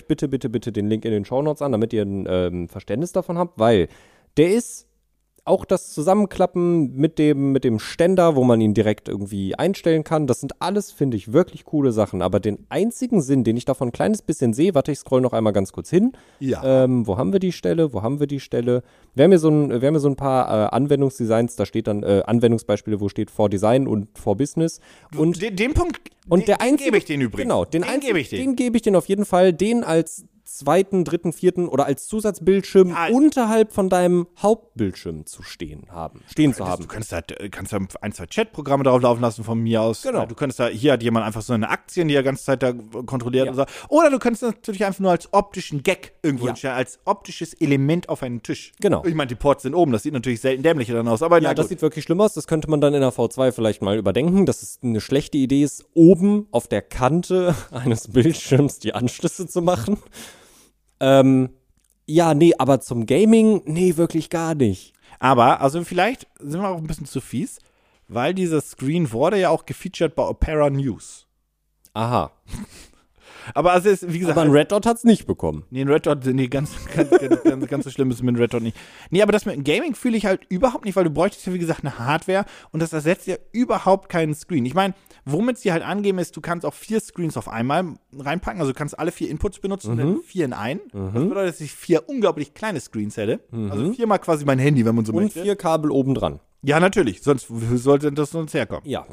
den Link in den Shownotes an, damit ihr ein Verständnis davon habt, weil der ist auch das Zusammenklappen mit dem Ständer, wo man ihn direkt irgendwie einstellen kann. Das sind alles, finde ich, wirklich coole Sachen. Aber den einzigen Sinn, den ich davon ein kleines bisschen sehe, warte, ich scroll noch einmal ganz kurz hin. Ja. Wo haben wir die Stelle? Wir haben hier so ein paar Anwendungsdesigns, da steht dann Anwendungsbeispiele, wo steht for Design und for Business. Und Den Punkt, und der einzige, gebe ich den übrigens. Genau, den gebe ich den. Den gebe ich den auf jeden Fall. Den als zweiten, dritten, vierten oder als Zusatzbildschirm unterhalb von deinem Hauptbildschirm zu haben. Du kannst da ein, zwei Chatprogramme drauf laufen lassen von mir aus. Genau. Du könntest da, hier hat jemand einfach so eine Aktien, die er ganze Zeit da kontrolliert und so. Oder du könntest das natürlich einfach nur als optischen Gag irgendwo hinstellen, als optisches Element auf einen Tisch. Genau. Ich meine, die Ports sind oben, das sieht natürlich selten dämlicher dann aus, aber Ja, das sieht wirklich schlimm aus. Das könnte man dann in der V2 vielleicht mal überdenken, dass es eine schlechte Idee ist, oben auf der Kante eines Bildschirms die Anschlüsse zu machen. Ja, nee, aber zum Gaming, nee, wirklich gar nicht. Aber, also vielleicht sind wir auch ein bisschen zu fies, weil dieser Screen wurde ja auch gefeatured bei Opera News. Aha. Aber also ist, wie gesagt. Aber ein Red Dot hat's nicht bekommen. Nee, ein Red Dot, nee, ganz so schlimm ist es mit Red Dot nicht. Nee, aber das mit dem Gaming fühle ich halt überhaupt nicht, weil du bräuchtest ja, wie gesagt, eine Hardware und das ersetzt ja überhaupt keinen Screen. Ich meine, womit sie halt angeben ist, du kannst auch 4 Screens auf einmal reinpacken, also du kannst alle 4 Inputs benutzen, dann 4 in einen. Das bedeutet, dass ich 4 unglaublich kleine Screens hätte. Also 4-mal quasi mein Handy, wenn man so Und möchte. 4 Kabel obendran. Ja, natürlich, sonst sollte das sonst herkommen. Ja.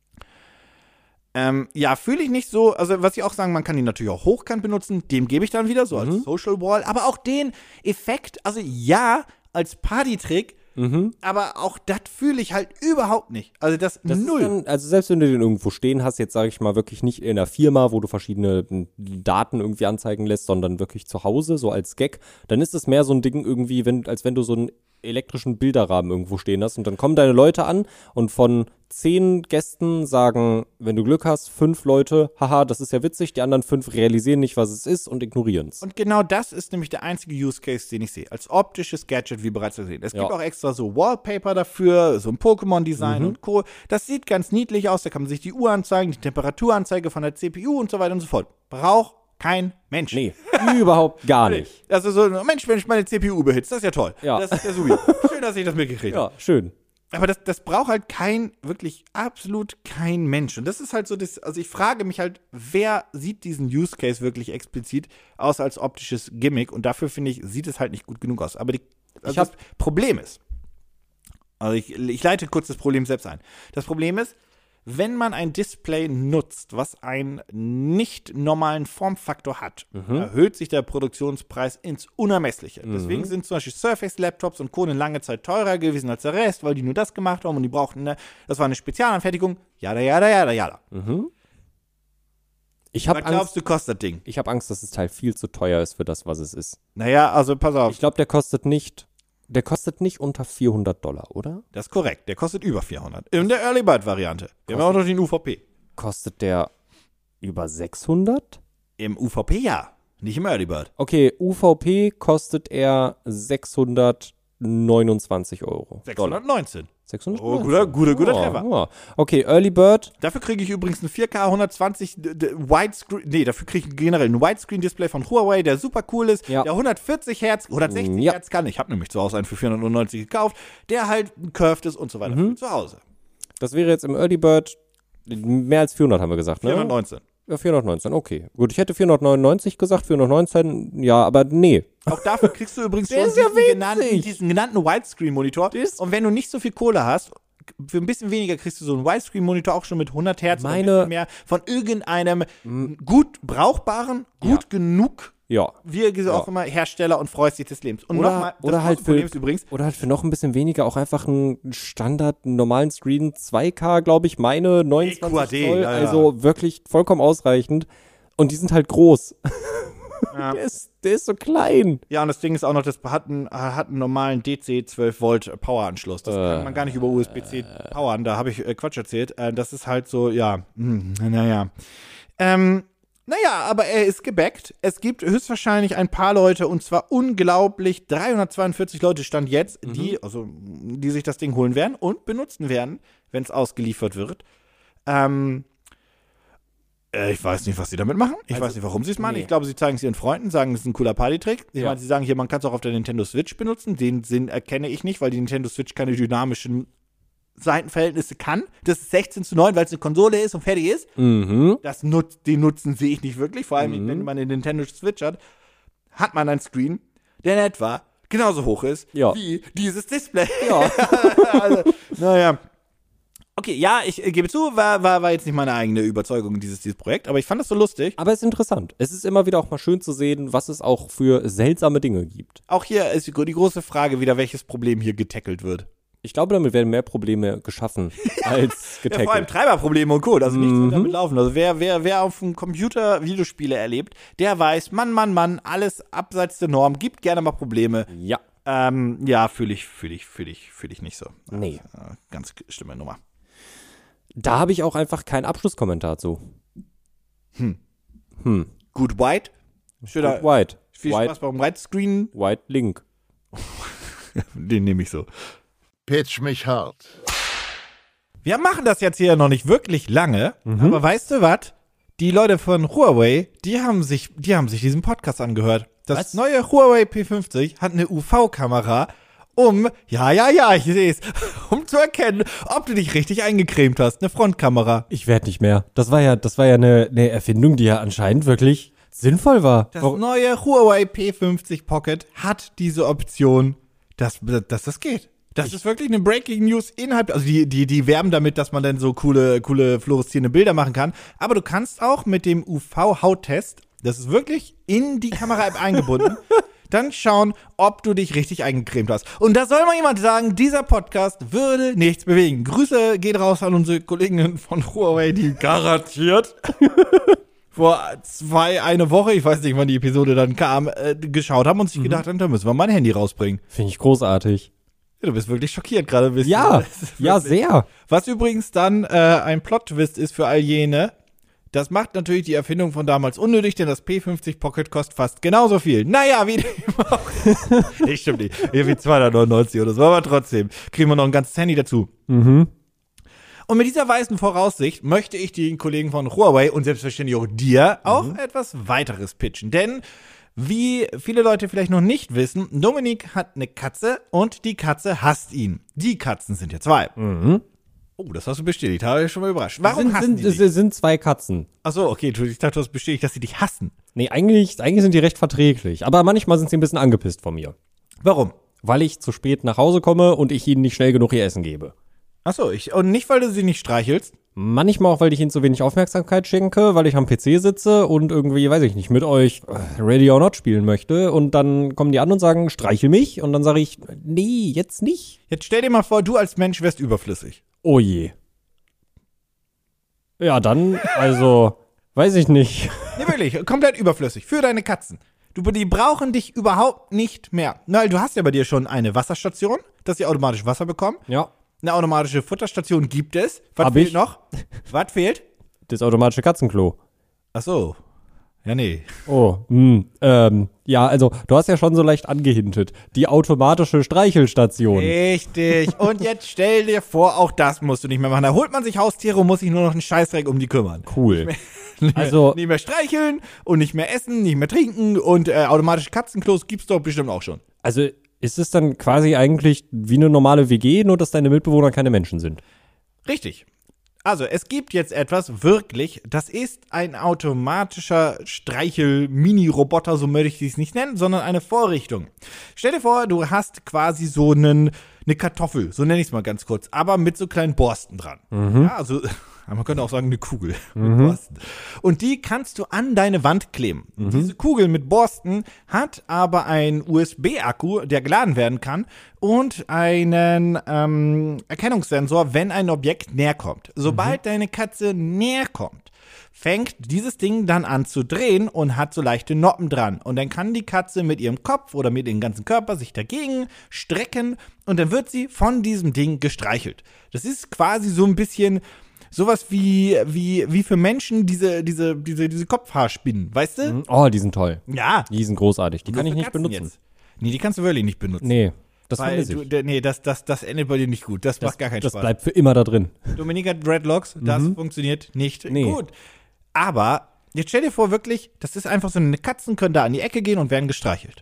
Ja, fühle ich nicht so. Also, was ich auch sagen, man kann die natürlich auch hochkant benutzen. Dem gebe ich dann wieder, so als Social Wall. Aber auch den Effekt, also ja, als Partytrick, aber auch das fühle ich halt überhaupt nicht. Also, das null. Dann, also, selbst wenn du den irgendwo stehen hast, jetzt sage ich mal wirklich nicht in einer Firma, wo du verschiedene Daten irgendwie anzeigen lässt, sondern wirklich zu Hause, so als Gag, dann ist es mehr so ein Ding irgendwie, als wenn du so einen elektrischen Bilderrahmen irgendwo stehen hast und dann kommen deine Leute an und von 10 Gästen sagen, wenn du Glück hast, 5 Leute, haha, das ist ja witzig, die anderen 5 realisieren nicht, was es ist und ignorieren es. Und genau das ist nämlich der einzige Use Case, den ich sehe. Als optisches Gadget, wie bereits gesehen. Es gibt auch extra so Wallpaper dafür, so ein Pokémon-Design und Co. Das sieht ganz niedlich aus, da kann man sich die Uhr anzeigen, die Temperaturanzeige von der CPU und so weiter und so fort. Braucht kein Mensch. Nee, überhaupt gar nicht. Also so, Mensch, wenn ich meine CPU überhitzt, das ist ja toll. Ja. Das ist ja super. Schön, dass ich das mitgekriegt habe. Ja, schön. Aber das braucht halt wirklich absolut kein Mensch. Und das ist halt so, also ich frage mich halt, wer sieht diesen Use Case wirklich explizit aus als optisches Gimmick? Und dafür, finde ich, sieht es halt nicht gut genug aus. Aber das Problem ist, also ich leite kurz das Problem selbst ein. Das Problem ist, wenn man ein Display nutzt, was einen nicht normalen Formfaktor hat, erhöht sich der Produktionspreis ins Unermessliche. Deswegen sind zum Beispiel Surface-Laptops und Co. eine lange Zeit teurer gewesen als der Rest, weil die nur das gemacht haben und die brauchten, das war eine Spezialanfertigung, jada. Was glaubst du, kostet das Ding? Ich habe Angst, dass das Teil viel zu teuer ist für das, was es ist. Naja, also pass auf. Ich glaube, der kostet nicht unter $400, oder? Das ist korrekt, der kostet über 400. In der Early Bird-Variante. Wir haben auch noch den UVP. Kostet der über 600? Im UVP ja, nicht im Early Bird. Okay, UVP kostet er 629 Euro. 619. 619. Oh, guter Treffer. Ja. Okay, Early Bird. Dafür kriege ich übrigens ein 4K 120 Widescreen, dafür kriege ich generell ein Widescreen-Display von Huawei, der super cool ist, der 140 Hertz, 160 Hertz kann. Ich habe nämlich zu Hause einen für 499 gekauft, der halt curved ist und so weiter für zu Hause. Das wäre jetzt im Early Bird mehr als 400, haben wir gesagt, ne? 419. Ja, 419, okay. Gut, ich hätte 499 gesagt, 419, ja, aber nee. Auch dafür kriegst du übrigens schon diesen genannten Widescreen-Monitor. Und wenn du nicht so viel Kohle hast, für ein bisschen weniger kriegst du so einen Widescreen-Monitor auch schon mit 100 Hertz oder ein bisschen mehr von irgendeinem gut brauchbaren, gut genug, wie gesagt auch immer, Hersteller und freust dich des Lebens. Und nochmal, oder halt für noch ein bisschen weniger auch einfach einen Standard, einen normalen Screen, 2K, glaube ich, meine 29 Zoll, also wirklich vollkommen ausreichend. Und die sind halt groß. Ja. Der ist so klein. Ja, und das Ding ist auch noch, das hat einen normalen DC 12 Volt Poweranschluss. Das kann man gar nicht über USB-C powern. Da habe ich Quatsch erzählt. Das ist halt so, naja, aber er ist gebackt. Es gibt höchstwahrscheinlich ein paar Leute, und zwar unglaublich 342 Leute stand jetzt, die sich das Ding holen werden und benutzen werden, wenn es ausgeliefert wird. Ich weiß nicht, was sie damit machen. Ich weiß nicht, warum sie es machen. Nee. Ich glaube, sie zeigen es ihren Freunden, sagen, es ist ein cooler Partytrick. Ich meine, sie sagen hier, man kann es auch auf der Nintendo Switch benutzen. Den Sinn erkenne ich nicht, weil die Nintendo Switch keine dynamischen Seitenverhältnisse kann. Das ist 16:9, weil es eine Konsole ist und fertig ist. Den Nutzen sehe ich nicht wirklich. Vor allem, wenn man eine Nintendo Switch hat man einen Screen, der in etwa genauso hoch ist wie dieses Display. Ja. Also, naja. Okay, ja, ich gebe zu, war jetzt nicht meine eigene Überzeugung, dieses Projekt, aber ich fand das so lustig. Aber es ist interessant. Es ist immer wieder auch mal schön zu sehen, was es auch für seltsame Dinge gibt. Auch hier ist die große Frage wieder, welches Problem hier getackelt wird. Ich glaube, damit werden mehr Probleme geschaffen als getackelt. Ja, vor allem Treiberprobleme und Co., also nichts wird damit laufen. Also wer auf dem Computer Videospiele erlebt, der weiß, Mann, alles abseits der Norm, gibt gerne mal Probleme. Ja. Fühle ich nicht so. Nee. Ganz schlimme Nummer. Da habe ich auch einfach keinen Abschlusskommentar zu. Good White. Good White. Viel Spaß beim Widescreen. White Link. Den nehme ich so. Pitch mich hart. Wir machen das jetzt hier noch nicht wirklich lange, aber weißt du was? Die Leute von Huawei, die haben sich diesen Podcast angehört. Das Was? neue Huawei P50 hat eine UV-Kamera, ich sehe es, um zu erkennen, ob du dich richtig eingecremt hast. Eine Frontkamera. Ich werde nicht mehr. Das war ja eine Erfindung, die ja anscheinend wirklich sinnvoll war. Das neue Huawei P50 Pocket hat diese Option, dass das geht. Das ist wirklich eine Breaking News innerhalb, also die werben damit, dass man dann so coole fluoreszierende Bilder machen kann. Aber du kannst auch mit dem UV-Hauttest, das ist wirklich in die Kamera-App eingebunden, dann schauen, ob du dich richtig eingecremt hast. Und da soll mal jemand sagen, dieser Podcast würde nichts bewegen. Grüße geht raus an unsere Kolleginnen von Huawei, die garantiert vor eine Woche, ich weiß nicht, wann die Episode dann kam, geschaut haben und sich gedacht haben, da müssen wir mal ein Handy rausbringen. Finde ich großartig. Ja, du bist wirklich schockiert gerade. Ja, sehr. Was übrigens dann ein Plot-Twist ist für all jene, das macht natürlich die Erfindung von damals unnötig, denn das P50 Pocket kostet fast genauso viel. Naja, wie auch. Nee, stimmt nicht. Irgendwie 299 oder so, aber trotzdem kriegen wir noch ein ganzes Handy dazu. Mhm. Und mit dieser weisen Voraussicht möchte ich den Kollegen von Huawei und selbstverständlich auch dir auch etwas weiteres pitchen. Denn, wie viele Leute vielleicht noch nicht wissen, Dominik hat eine Katze und die Katze hasst ihn. Die Katzen sind ja 2. Mhm. Oh, das hast du bestätigt, habe ich schon mal überrascht. Warum hassen die Es dich? sind 2 Katzen. Achso, okay, ich dachte, du hast bestätigt, dass sie dich hassen. Nee, eigentlich sind die recht verträglich. Aber manchmal sind sie ein bisschen angepisst von mir. Warum? Weil ich zu spät nach Hause komme und ich ihnen nicht schnell genug ihr Essen gebe. Achso, und nicht, weil du sie nicht streichelst? Manchmal auch, weil ich ihnen zu wenig Aufmerksamkeit schenke, weil ich am PC sitze und irgendwie, weiß ich nicht, mit euch Ready or Not spielen möchte. Und dann kommen die an und sagen, streichel mich. Und dann sage ich, nee, jetzt nicht. Jetzt stell dir mal vor, du als Mensch wärst überflüssig. Oh je. Ja, dann, also, weiß ich nicht. Nee, wirklich, komplett überflüssig. Für deine Katzen. Die brauchen dich überhaupt nicht mehr. Weil du hast ja bei dir schon eine Wasserstation, dass sie automatisch Wasser bekommen. Ja, Eine automatische Futterstation gibt es. Was Hab fehlt ich. noch? Was fehlt? das automatische Katzenklo. Achso. Ja, nee. Oh, ja, also, du hast ja schon so leicht angehintet. Die automatische Streichelstation. Richtig. Und jetzt stell dir vor, auch das musst du nicht mehr machen. Da holt man sich Haustiere und muss sich nur noch einen Scheißdreck um die kümmern. Cool. Also, Nicht mehr streicheln und nicht mehr essen, nicht mehr trinken und automatische Katzenklos gibt's doch bestimmt auch schon. also, ist es dann quasi eigentlich wie eine normale WG, nur dass deine Mitbewohner keine Menschen sind? Richtig. Also, es gibt jetzt etwas wirklich, das ist ein automatischer Streichel-Mini-Roboter, so möchte ich es nicht nennen, sondern eine Vorrichtung. Stell dir vor, du hast quasi so eine Kartoffel, so nenne ich es mal ganz kurz, aber mit so kleinen Borsten dran. Ja, also, man könnte auch sagen, eine Kugel mit Borsten. Und die kannst du an deine Wand kleben. Diese Kugel mit Borsten hat aber einen USB-Akku, der geladen werden kann und einen Erkennungssensor, wenn ein Objekt näher kommt. Sobald deine Katze näher kommt, fängt dieses Ding dann an zu drehen und hat so leichte Noppen dran. Und dann kann die Katze mit ihrem Kopf oder mit dem ganzen Körper sich dagegen strecken und dann wird sie von diesem Ding gestreichelt. Das ist quasi so ein bisschen sowas wie für Menschen diese Kopfhaarspinnen, weißt du? Oh, die sind toll. Ja. Die sind großartig. Die kann ich Nur für nicht Katzen benutzen. jetzt. Nee, die kannst du wirklich nicht benutzen. Nee, das Weil vermisse ich. das endet bei dir nicht gut. Das macht gar keinen Das Spaß. bleibt für immer da drin. Dominika hat Dreadlocks, das funktioniert nicht Nee. gut. Aber jetzt stell dir vor, wirklich, das ist einfach so, eine Katzen können da an die Ecke gehen und werden gestreichelt.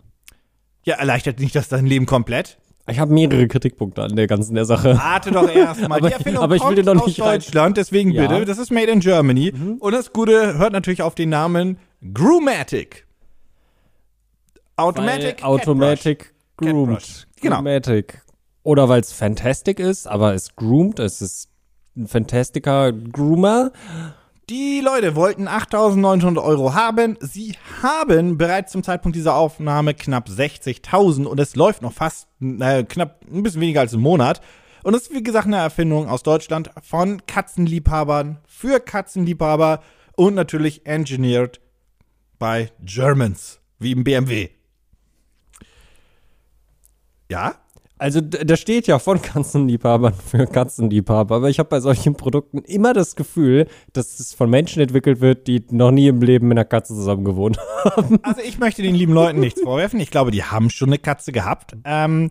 Ja, erleichtert nicht das dein Leben komplett? Ich habe mehrere Kritikpunkte an der Sache. Warte doch erstmal. Aber- Die Erfindung aber ich will kommt dir noch aus nicht rein. Deutschland, deswegen Ja. bitte. Das ist made in Germany. Und das Gute hört natürlich auf den Namen Groomatic. Automatic Catbrush. groomed. Genau. Groomatic. Oder weil es Fantastic ist, aber es groomed. Es ist ein Fantastiker Groomer. Die Leute wollten 8.900 € haben. Sie haben bereits zum Zeitpunkt dieser Aufnahme knapp 60.000 und es läuft noch fast knapp ein bisschen weniger als einen Monat. Und das ist, wie gesagt, eine Erfindung aus Deutschland von Katzenliebhabern für Katzenliebhaber und natürlich engineered by Germans, wie im BMW. Ja? Also da steht ja von Katzenliebhabern für Katzenliebhaber, aber ich habe bei solchen Produkten immer das Gefühl, dass es von Menschen entwickelt wird, die noch nie im Leben mit einer Katze zusammen gewohnt haben. Also ich möchte den lieben Leuten nichts vorwerfen. Ich glaube, die haben schon eine Katze gehabt.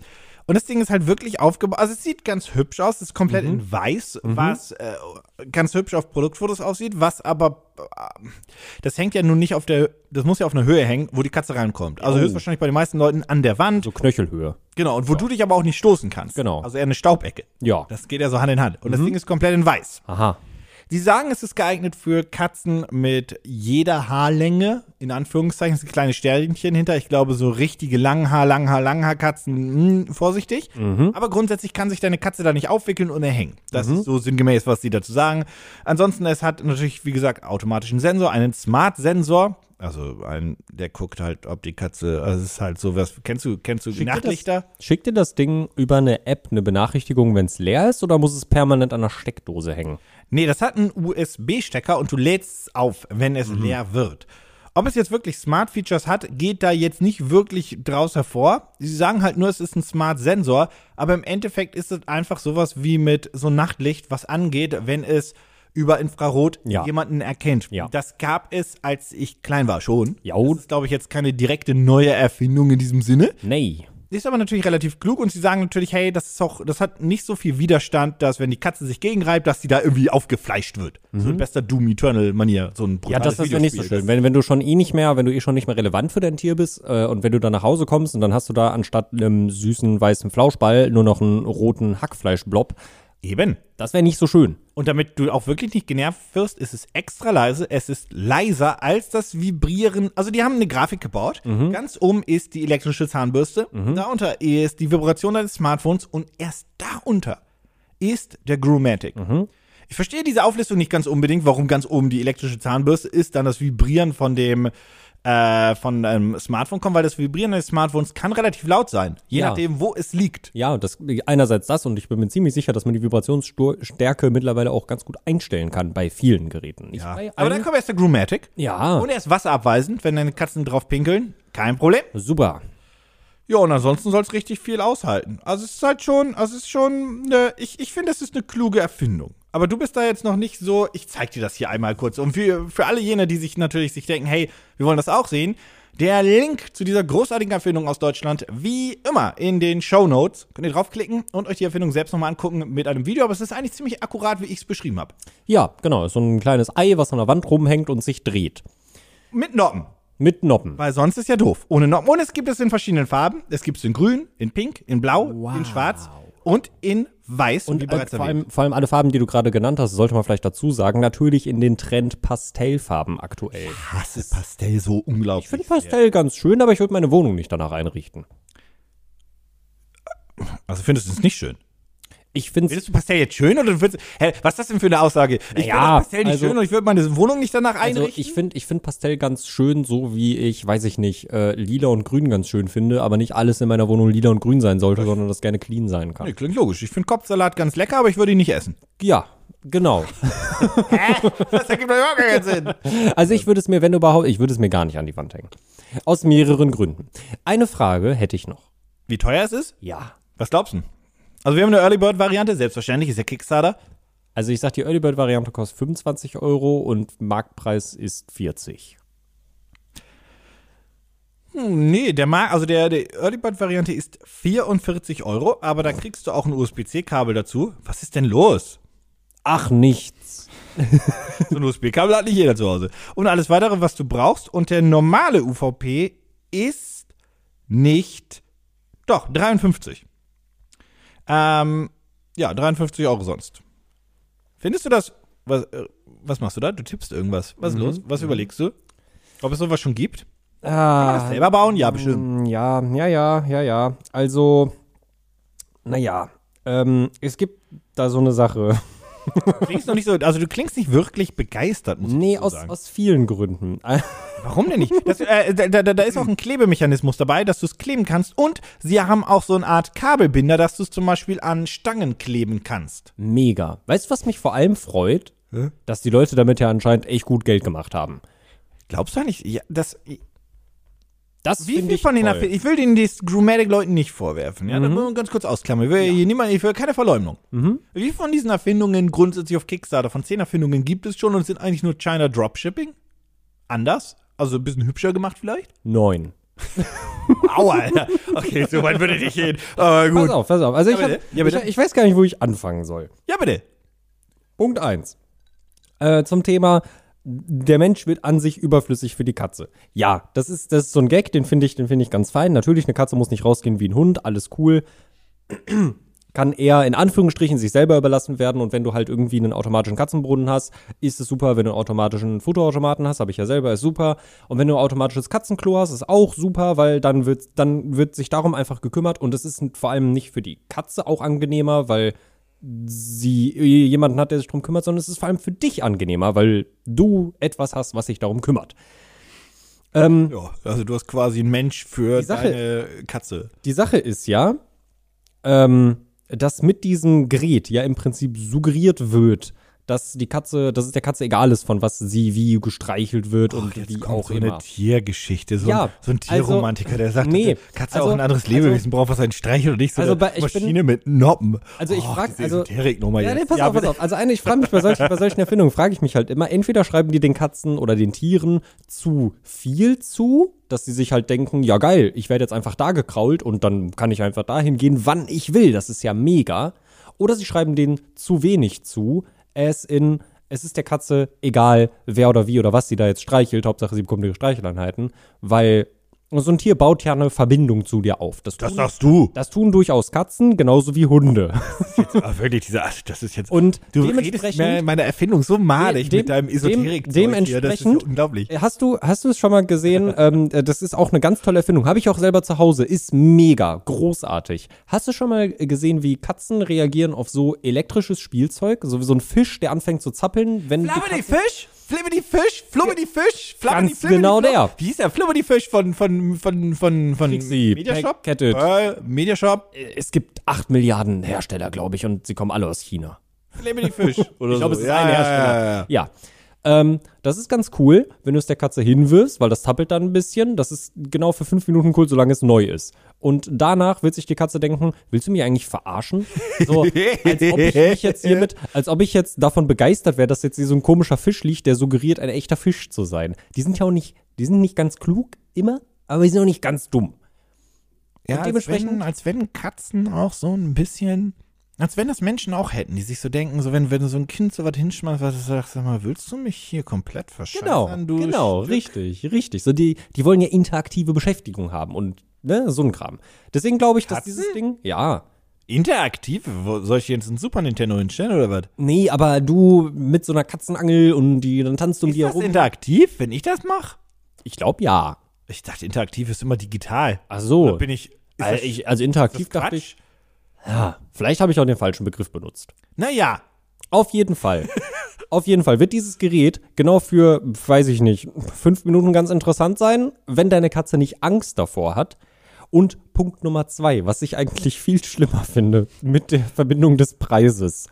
Und das Ding ist halt wirklich aufgebaut. Also es sieht ganz hübsch aus. Es ist komplett in weiß, was ganz hübsch auf Produktfotos aussieht. Was aber, das hängt ja nun nicht das muss ja auf einer Höhe hängen, wo die Katze reinkommt. Also höchstwahrscheinlich bei den meisten Leuten an der Wand. So Knöchelhöhe. Genau, und wo du dich aber auch nicht stoßen kannst. Genau. Also eher eine Staubecke. Ja. Das geht ja so Hand in Hand. Und das Ding ist komplett in weiß. Aha. Sie sagen, es ist geeignet für Katzen mit jeder Haarlänge, in Anführungszeichen, es sind kleine Sternchen hinter. Ich glaube, so richtige Langhaar-Katzen, vorsichtig. Aber grundsätzlich kann sich deine Katze da nicht aufwickeln und erhängen. Das ist so sinngemäß, was sie dazu sagen. Ansonsten, es hat natürlich, wie gesagt, automatischen Sensor, einen Smart-Sensor. Also der guckt halt, ob die Katze, also es ist halt sowas, kennst du Nachtlichter? Schickt dir das Ding über eine App eine Benachrichtigung, wenn es leer ist, oder muss es permanent an der Steckdose hängen? Nee, das hat einen USB-Stecker und du lädst es auf, wenn es leer wird. Ob es jetzt wirklich Smart-Features hat, geht da jetzt nicht wirklich draus hervor. Sie sagen halt nur, es ist ein Smart-Sensor, aber im Endeffekt ist es einfach sowas wie mit so Nachtlicht, was angeht, wenn es über Infrarot jemanden erkennt. Ja. Das gab es, als ich klein war, schon. Ja. Das ist, glaube ich, jetzt keine direkte neue Erfindung in diesem Sinne. Nee. Ist aber natürlich relativ klug und sie sagen natürlich, hey, das hat nicht so viel Widerstand, dass wenn die Katze sich gegenreibt, dass die da irgendwie aufgefleischt wird. So in bester Doom Eternal-Manier, so ein Ja, das ist ja nicht so Videospiel. schön. Wenn du schon nicht mehr relevant für dein Tier bist und wenn du dann nach Hause kommst und dann hast du da anstatt einem süßen weißen Flauschball nur noch einen roten Hackfleischblob. Eben. Das wäre nicht so schön. Und damit du auch wirklich nicht genervt wirst, ist es extra leise. Es ist leiser als das Vibrieren. Also die haben eine Grafik gebaut. Ganz oben ist die elektrische Zahnbürste. Darunter ist die Vibration deines Smartphones. Und erst darunter ist der Groomatic. Ich verstehe diese Auflistung nicht ganz unbedingt, warum ganz oben die elektrische Zahnbürste ist, dann das Vibrieren von einem Smartphone kommt, weil das Vibrieren eines Smartphones kann relativ laut sein, je nachdem, wo es liegt. Ja, einerseits das und ich bin mir ziemlich sicher, dass man die Vibrationsstärke mittlerweile auch ganz gut einstellen kann bei vielen Geräten. Aber dann kommt erst der Groomatic. Ja. Und er ist wasserabweisend, wenn deine Katzen drauf pinkeln. Kein Problem. Super. Ja, und ansonsten soll es richtig viel aushalten. Also es ist halt schon, ich finde, es ist eine kluge Erfindung. Aber du bist da jetzt noch nicht so, ich zeig dir das hier einmal kurz. Und für alle jene, die sich denken, hey, wir wollen das auch sehen, der Link zu dieser großartigen Erfindung aus Deutschland, wie immer, in den Shownotes. Könnt ihr draufklicken und euch die Erfindung selbst nochmal angucken mit einem Video. Aber es ist eigentlich ziemlich akkurat, wie ich es beschrieben habe. Ja, genau. Ist so ein kleines Ei, was an der Wand rumhängt und sich dreht. Mit Noppen. Mit Noppen. Weil sonst ist ja doof. Ohne Noppen. Und es gibt es in verschiedenen Farben. Es gibt es in grün, in pink, in blau, in schwarz und in weiß. Und wie bereits vor allem alle Farben, die du gerade genannt hast, sollte man vielleicht dazu sagen, natürlich in den Trend Pastellfarben aktuell. Ich hasse Pastell so unglaublich. Ich finde Pastell ganz schön, aber ich würde meine Wohnung nicht danach einrichten. Also findest du es nicht schön? Ich finde Findest du Pastell jetzt schön oder was ist das denn für eine Aussage? Ich finde das Pastell nicht schön und ich würde meine Wohnung nicht danach einrichten. Also ich find Pastell ganz schön, so wie ich, weiß ich nicht, lila und grün ganz schön finde, aber nicht alles in meiner Wohnung lila und grün sein sollte, sondern das gerne clean sein kann. Nee, klingt logisch. Ich finde Kopfsalat ganz lecker, aber ich würde ihn nicht essen. Ja, genau. Das ergibt doch überhaupt keinen Sinn. Also ich würde es mir, wenn überhaupt, ich würde es mir gar nicht an die Wand hängen. Aus mehreren Gründen. Eine Frage hätte ich noch. Wie teuer es ist? Ja. Was glaubst du? Also wir haben eine Early Bird Variante, selbstverständlich, ist ja Kickstarter. Also ich sag, die Early Bird Variante kostet 25 € und Marktpreis ist 40. Nee, der Early Bird Variante ist 44 €, aber da kriegst du auch ein USB-C-Kabel dazu. Was ist denn los? Ach, nichts. So ein USB-Kabel hat nicht jeder zu Hause. Und alles weitere, was du brauchst. Und der normale UVP ist nicht, doch, 53. Ja, 53 € sonst. Findest du das, was machst du da? Du tippst irgendwas. Was ist los? Was überlegst du? Ob es sowas schon gibt? Kann man das selber bauen? Ja, bestimmt. Ja. Also, naja, es gibt da so eine Sache. Du klingst noch nicht so, also du klingst nicht wirklich begeistert, muss ich so sagen. Aus vielen Gründen. Warum denn nicht? Da ist auch ein Klebemechanismus dabei, dass du es kleben kannst. Und sie haben auch so eine Art Kabelbinder, dass du es zum Beispiel an Stangen kleben kannst. Mega. Weißt du, was mich vor allem freut? Dass die Leute damit ja anscheinend echt gut Geld gemacht haben. Glaubst du eigentlich? Ja, Das wie finde viel ich von den toll. Ich will den Groomatic-Leuten nicht vorwerfen. Ja, da muss man ganz kurz ausklammern. Ich will keine Verleumdung. Wie viel von diesen Erfindungen grundsätzlich auf Kickstarter, von 10 Erfindungen gibt es schon und sind eigentlich nur China Dropshipping? Anders? Also ein bisschen hübscher gemacht vielleicht? 9. Aua, Alter. Okay, so weit würde ich nicht gehen. Aber gut. Pass auf. Also bitte. ich weiß gar nicht, wo ich anfangen soll. Ja, bitte. Punkt 1. Zum Thema, der Mensch wird an sich überflüssig für die Katze. Ja, das ist so ein Gag, den finde ich ganz fein. Natürlich, eine Katze muss nicht rausgehen wie ein Hund, alles cool. Kann eher in Anführungsstrichen sich selber überlassen werden, und wenn du halt irgendwie einen automatischen Katzenbrunnen hast, ist es super. Wenn du einen automatischen Futterautomaten hast, habe ich ja selber, ist super. Und wenn du ein automatisches Katzenklo hast, ist auch super, weil dann wird sich darum einfach gekümmert, und es ist vor allem nicht für die Katze auch angenehmer, weil sie jemanden hat, der sich darum kümmert, sondern es ist vor allem für dich angenehmer, weil du etwas hast, was sich darum kümmert. Ja, also du hast quasi einen Mensch für deine Katze. Die Sache ist ja, dass mit diesem Gerät ja im Prinzip suggeriert wird, dass es der Katze egal ist, von was sie wie gestreichelt wird und wie auch immer. Eine Tiergeschichte, so ein also, Tierromantiker, der sagt, Katze also, auch ein anderes Lebewesen braucht, was einen streichelt und nicht so eine Maschine mit Noppen. Also ich frage, pass auf. Also ich frage mich bei solchen Erfindungen, frage ich mich halt immer, entweder schreiben die den Katzen oder den Tieren zu viel zu, dass sie sich halt denken, ja geil, ich werde jetzt einfach da gekrault und dann kann ich einfach dahin gehen, wann ich will, das ist ja mega. Oder sie schreiben denen zu wenig zu, es ist der Katze egal, wer oder wie oder was sie da jetzt streichelt, Hauptsache sie bekommt ihre Streicheleinheiten, weil so ein Tier baut ja eine Verbindung zu dir auf. Das sagst du. Das tun durchaus Katzen, genauso wie Hunde. Wirklich, das ist jetzt. Und du redest mir meine Erfindung so madig mit deinem Esoterik. Dementsprechend, das ist ja unglaublich. Hast du es schon mal gesehen? Das ist auch eine ganz tolle Erfindung. Habe ich auch selber zu Hause. Ist mega, großartig. Hast du schon mal gesehen, wie Katzen reagieren auf so elektrisches Spielzeug? So wie so ein Fisch, der anfängt zu zappeln, wenn Flamme die Fisch, Ganz genau der. Wie hieß der? Flamme die Fisch von Mediashop? Mediashop. Es gibt 8 Milliarden Hersteller, glaube ich, und sie kommen alle aus China. Flamme die Fisch. Oder ich glaube, so. es ist ein Hersteller. Ja. Das ist ganz cool, wenn du es der Katze hinwirfst, weil das tappelt dann ein bisschen. Das ist genau für 5 Minuten cool, solange es neu ist. Und danach wird sich die Katze denken, willst du mich eigentlich verarschen? So, als ob ich jetzt davon begeistert wäre, dass jetzt hier so ein komischer Fisch liegt, der suggeriert, ein echter Fisch zu sein. Die sind nicht ganz klug immer, aber die sind auch nicht ganz dumm. Ja, dementsprechend, als wenn Katzen auch so ein bisschen, als wenn das Menschen auch hätten, die sich so denken, so wenn du so ein Kind so was hinschmeißt, was du sagst, sag mal, willst du mich hier komplett verscheißern? Genau, richtig. So, die wollen ja interaktive Beschäftigung haben und so ein Kram. Deswegen glaube ich, dass dieses Ding, ja. Interaktiv? Soll ich jetzt ein Super Nintendo hinstellen oder was? Nee, aber du mit so einer Katzenangel und dann tanzt du um die herum. Ist das interaktiv, wenn ich das mache? Ich glaube, ja. Ich dachte, interaktiv ist immer digital. Ach so. Da bin ich. Also interaktiv dachte ich. Ja, vielleicht habe ich auch den falschen Begriff benutzt. Naja. Auf jeden Fall. Auf jeden Fall wird dieses Gerät genau für, weiß ich nicht, 5 Minuten ganz interessant sein, wenn deine Katze nicht Angst davor hat. Und Punkt Nummer 2, was ich eigentlich viel schlimmer finde, mit der Verbindung des Preises.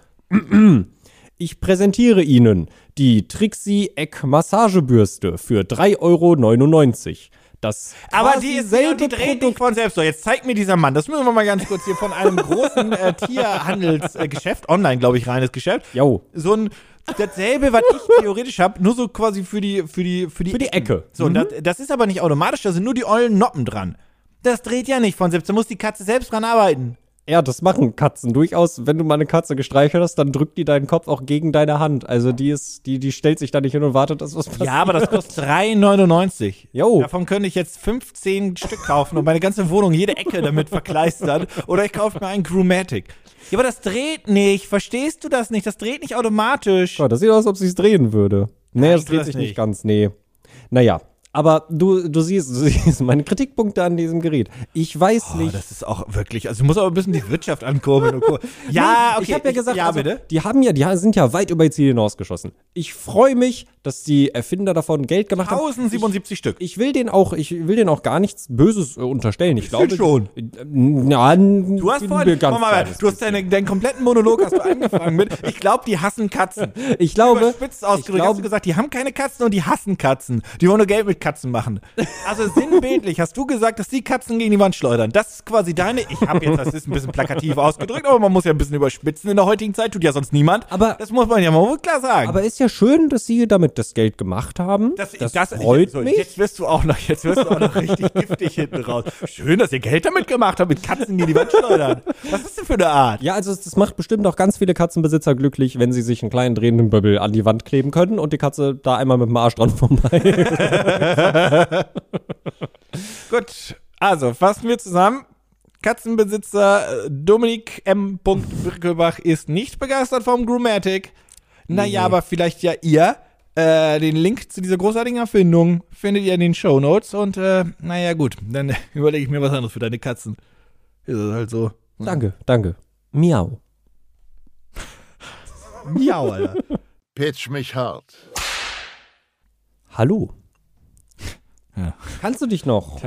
Ich präsentiere Ihnen die Trixie Egg Massagebürste für 3,99 €. Aber die dreht nicht von selbst. So, jetzt zeigt mir dieser Mann, das müssen wir mal ganz kurz hier von einem großen Tierhandelsgeschäft, online, glaube ich, reines Geschäft. Jo. So ein dasselbe, was ich theoretisch habe, nur so quasi für die Ecke. So, das ist aber nicht automatisch, da sind nur die ollen Noppen dran. Das dreht ja nicht von selbst, da muss die Katze selbst dran arbeiten. Ja, das machen Katzen durchaus. Wenn du mal eine Katze gestreichelt hast, dann drückt die deinen Kopf auch gegen deine Hand. Also die stellt sich da nicht hin und wartet, dass was passiert. Ja, aber das kostet 3,99 €. Jo. Davon könnte ich jetzt 15 Stück kaufen und meine ganze Wohnung, jede Ecke damit verkleistern. Oder ich kaufe mir einen Crewmatic. Ja, aber das dreht nicht. Verstehst du das nicht? Das dreht nicht automatisch. Oh, das sieht aus, als ob es sich drehen würde. Nee, das dreht sich nicht ganz. Nee. Naja. Aber du siehst meine Kritikpunkte an diesem Gerät. Ich weiß nicht. Das ist auch wirklich, also du musst aber ein bisschen die Wirtschaft ankurbeln. Ja, okay. Ich habe ja gesagt, ja, bitte. Die sind ja weit über ihr Ziel hinausgeschossen. Ich freue mich, dass die Erfinder davon Geld gemacht haben. 1077 Stück. Ich will denen auch gar nichts Böses unterstellen. Ich glaube schon. Ja, du hast vorhin, du hast deinen kompletten Monolog hast du angefangen mit, ich glaube, die hassen Katzen. Ich glaube, überspitzt ausgedrückt hast du gesagt, die haben keine Katzen und die hassen Katzen. Die wollen nur Geld mit Katzen machen. Also sinnbildlich hast du gesagt, dass die Katzen gegen die Wand schleudern. Das ist quasi das ist ein bisschen plakativ ausgedrückt, aber man muss ja ein bisschen überspitzen in der heutigen Zeit, tut ja sonst niemand. Aber das muss man ja mal wohl klar sagen. Aber ist ja schön, dass sie damit das Geld gemacht haben. Das freut so, mich. Jetzt wirst du auch noch richtig giftig hinten raus. Schön, dass ihr Geld damit gemacht habt, mit Katzen, die Wand schleudern. Was ist denn für eine Art? Ja, also das macht bestimmt auch ganz viele Katzenbesitzer glücklich, wenn sie sich einen kleinen drehenden Böbbel an die Wand kleben können und die Katze da einmal mit dem Arsch dran vorbei. Gut, also fassen wir zusammen. Katzenbesitzer Dominik M. Birkelbach ist nicht begeistert vom Groomatic. Naja, aber vielleicht ja ihr. Den Link zu dieser großartigen Erfindung findet ihr in den Shownotes. Und naja, gut, dann überlege ich mir was anderes für deine Katzen. Ist das halt so. Danke. Miau. Miau, Alter. Pitch mich hart. Hallo. Ja. Kannst du dich noch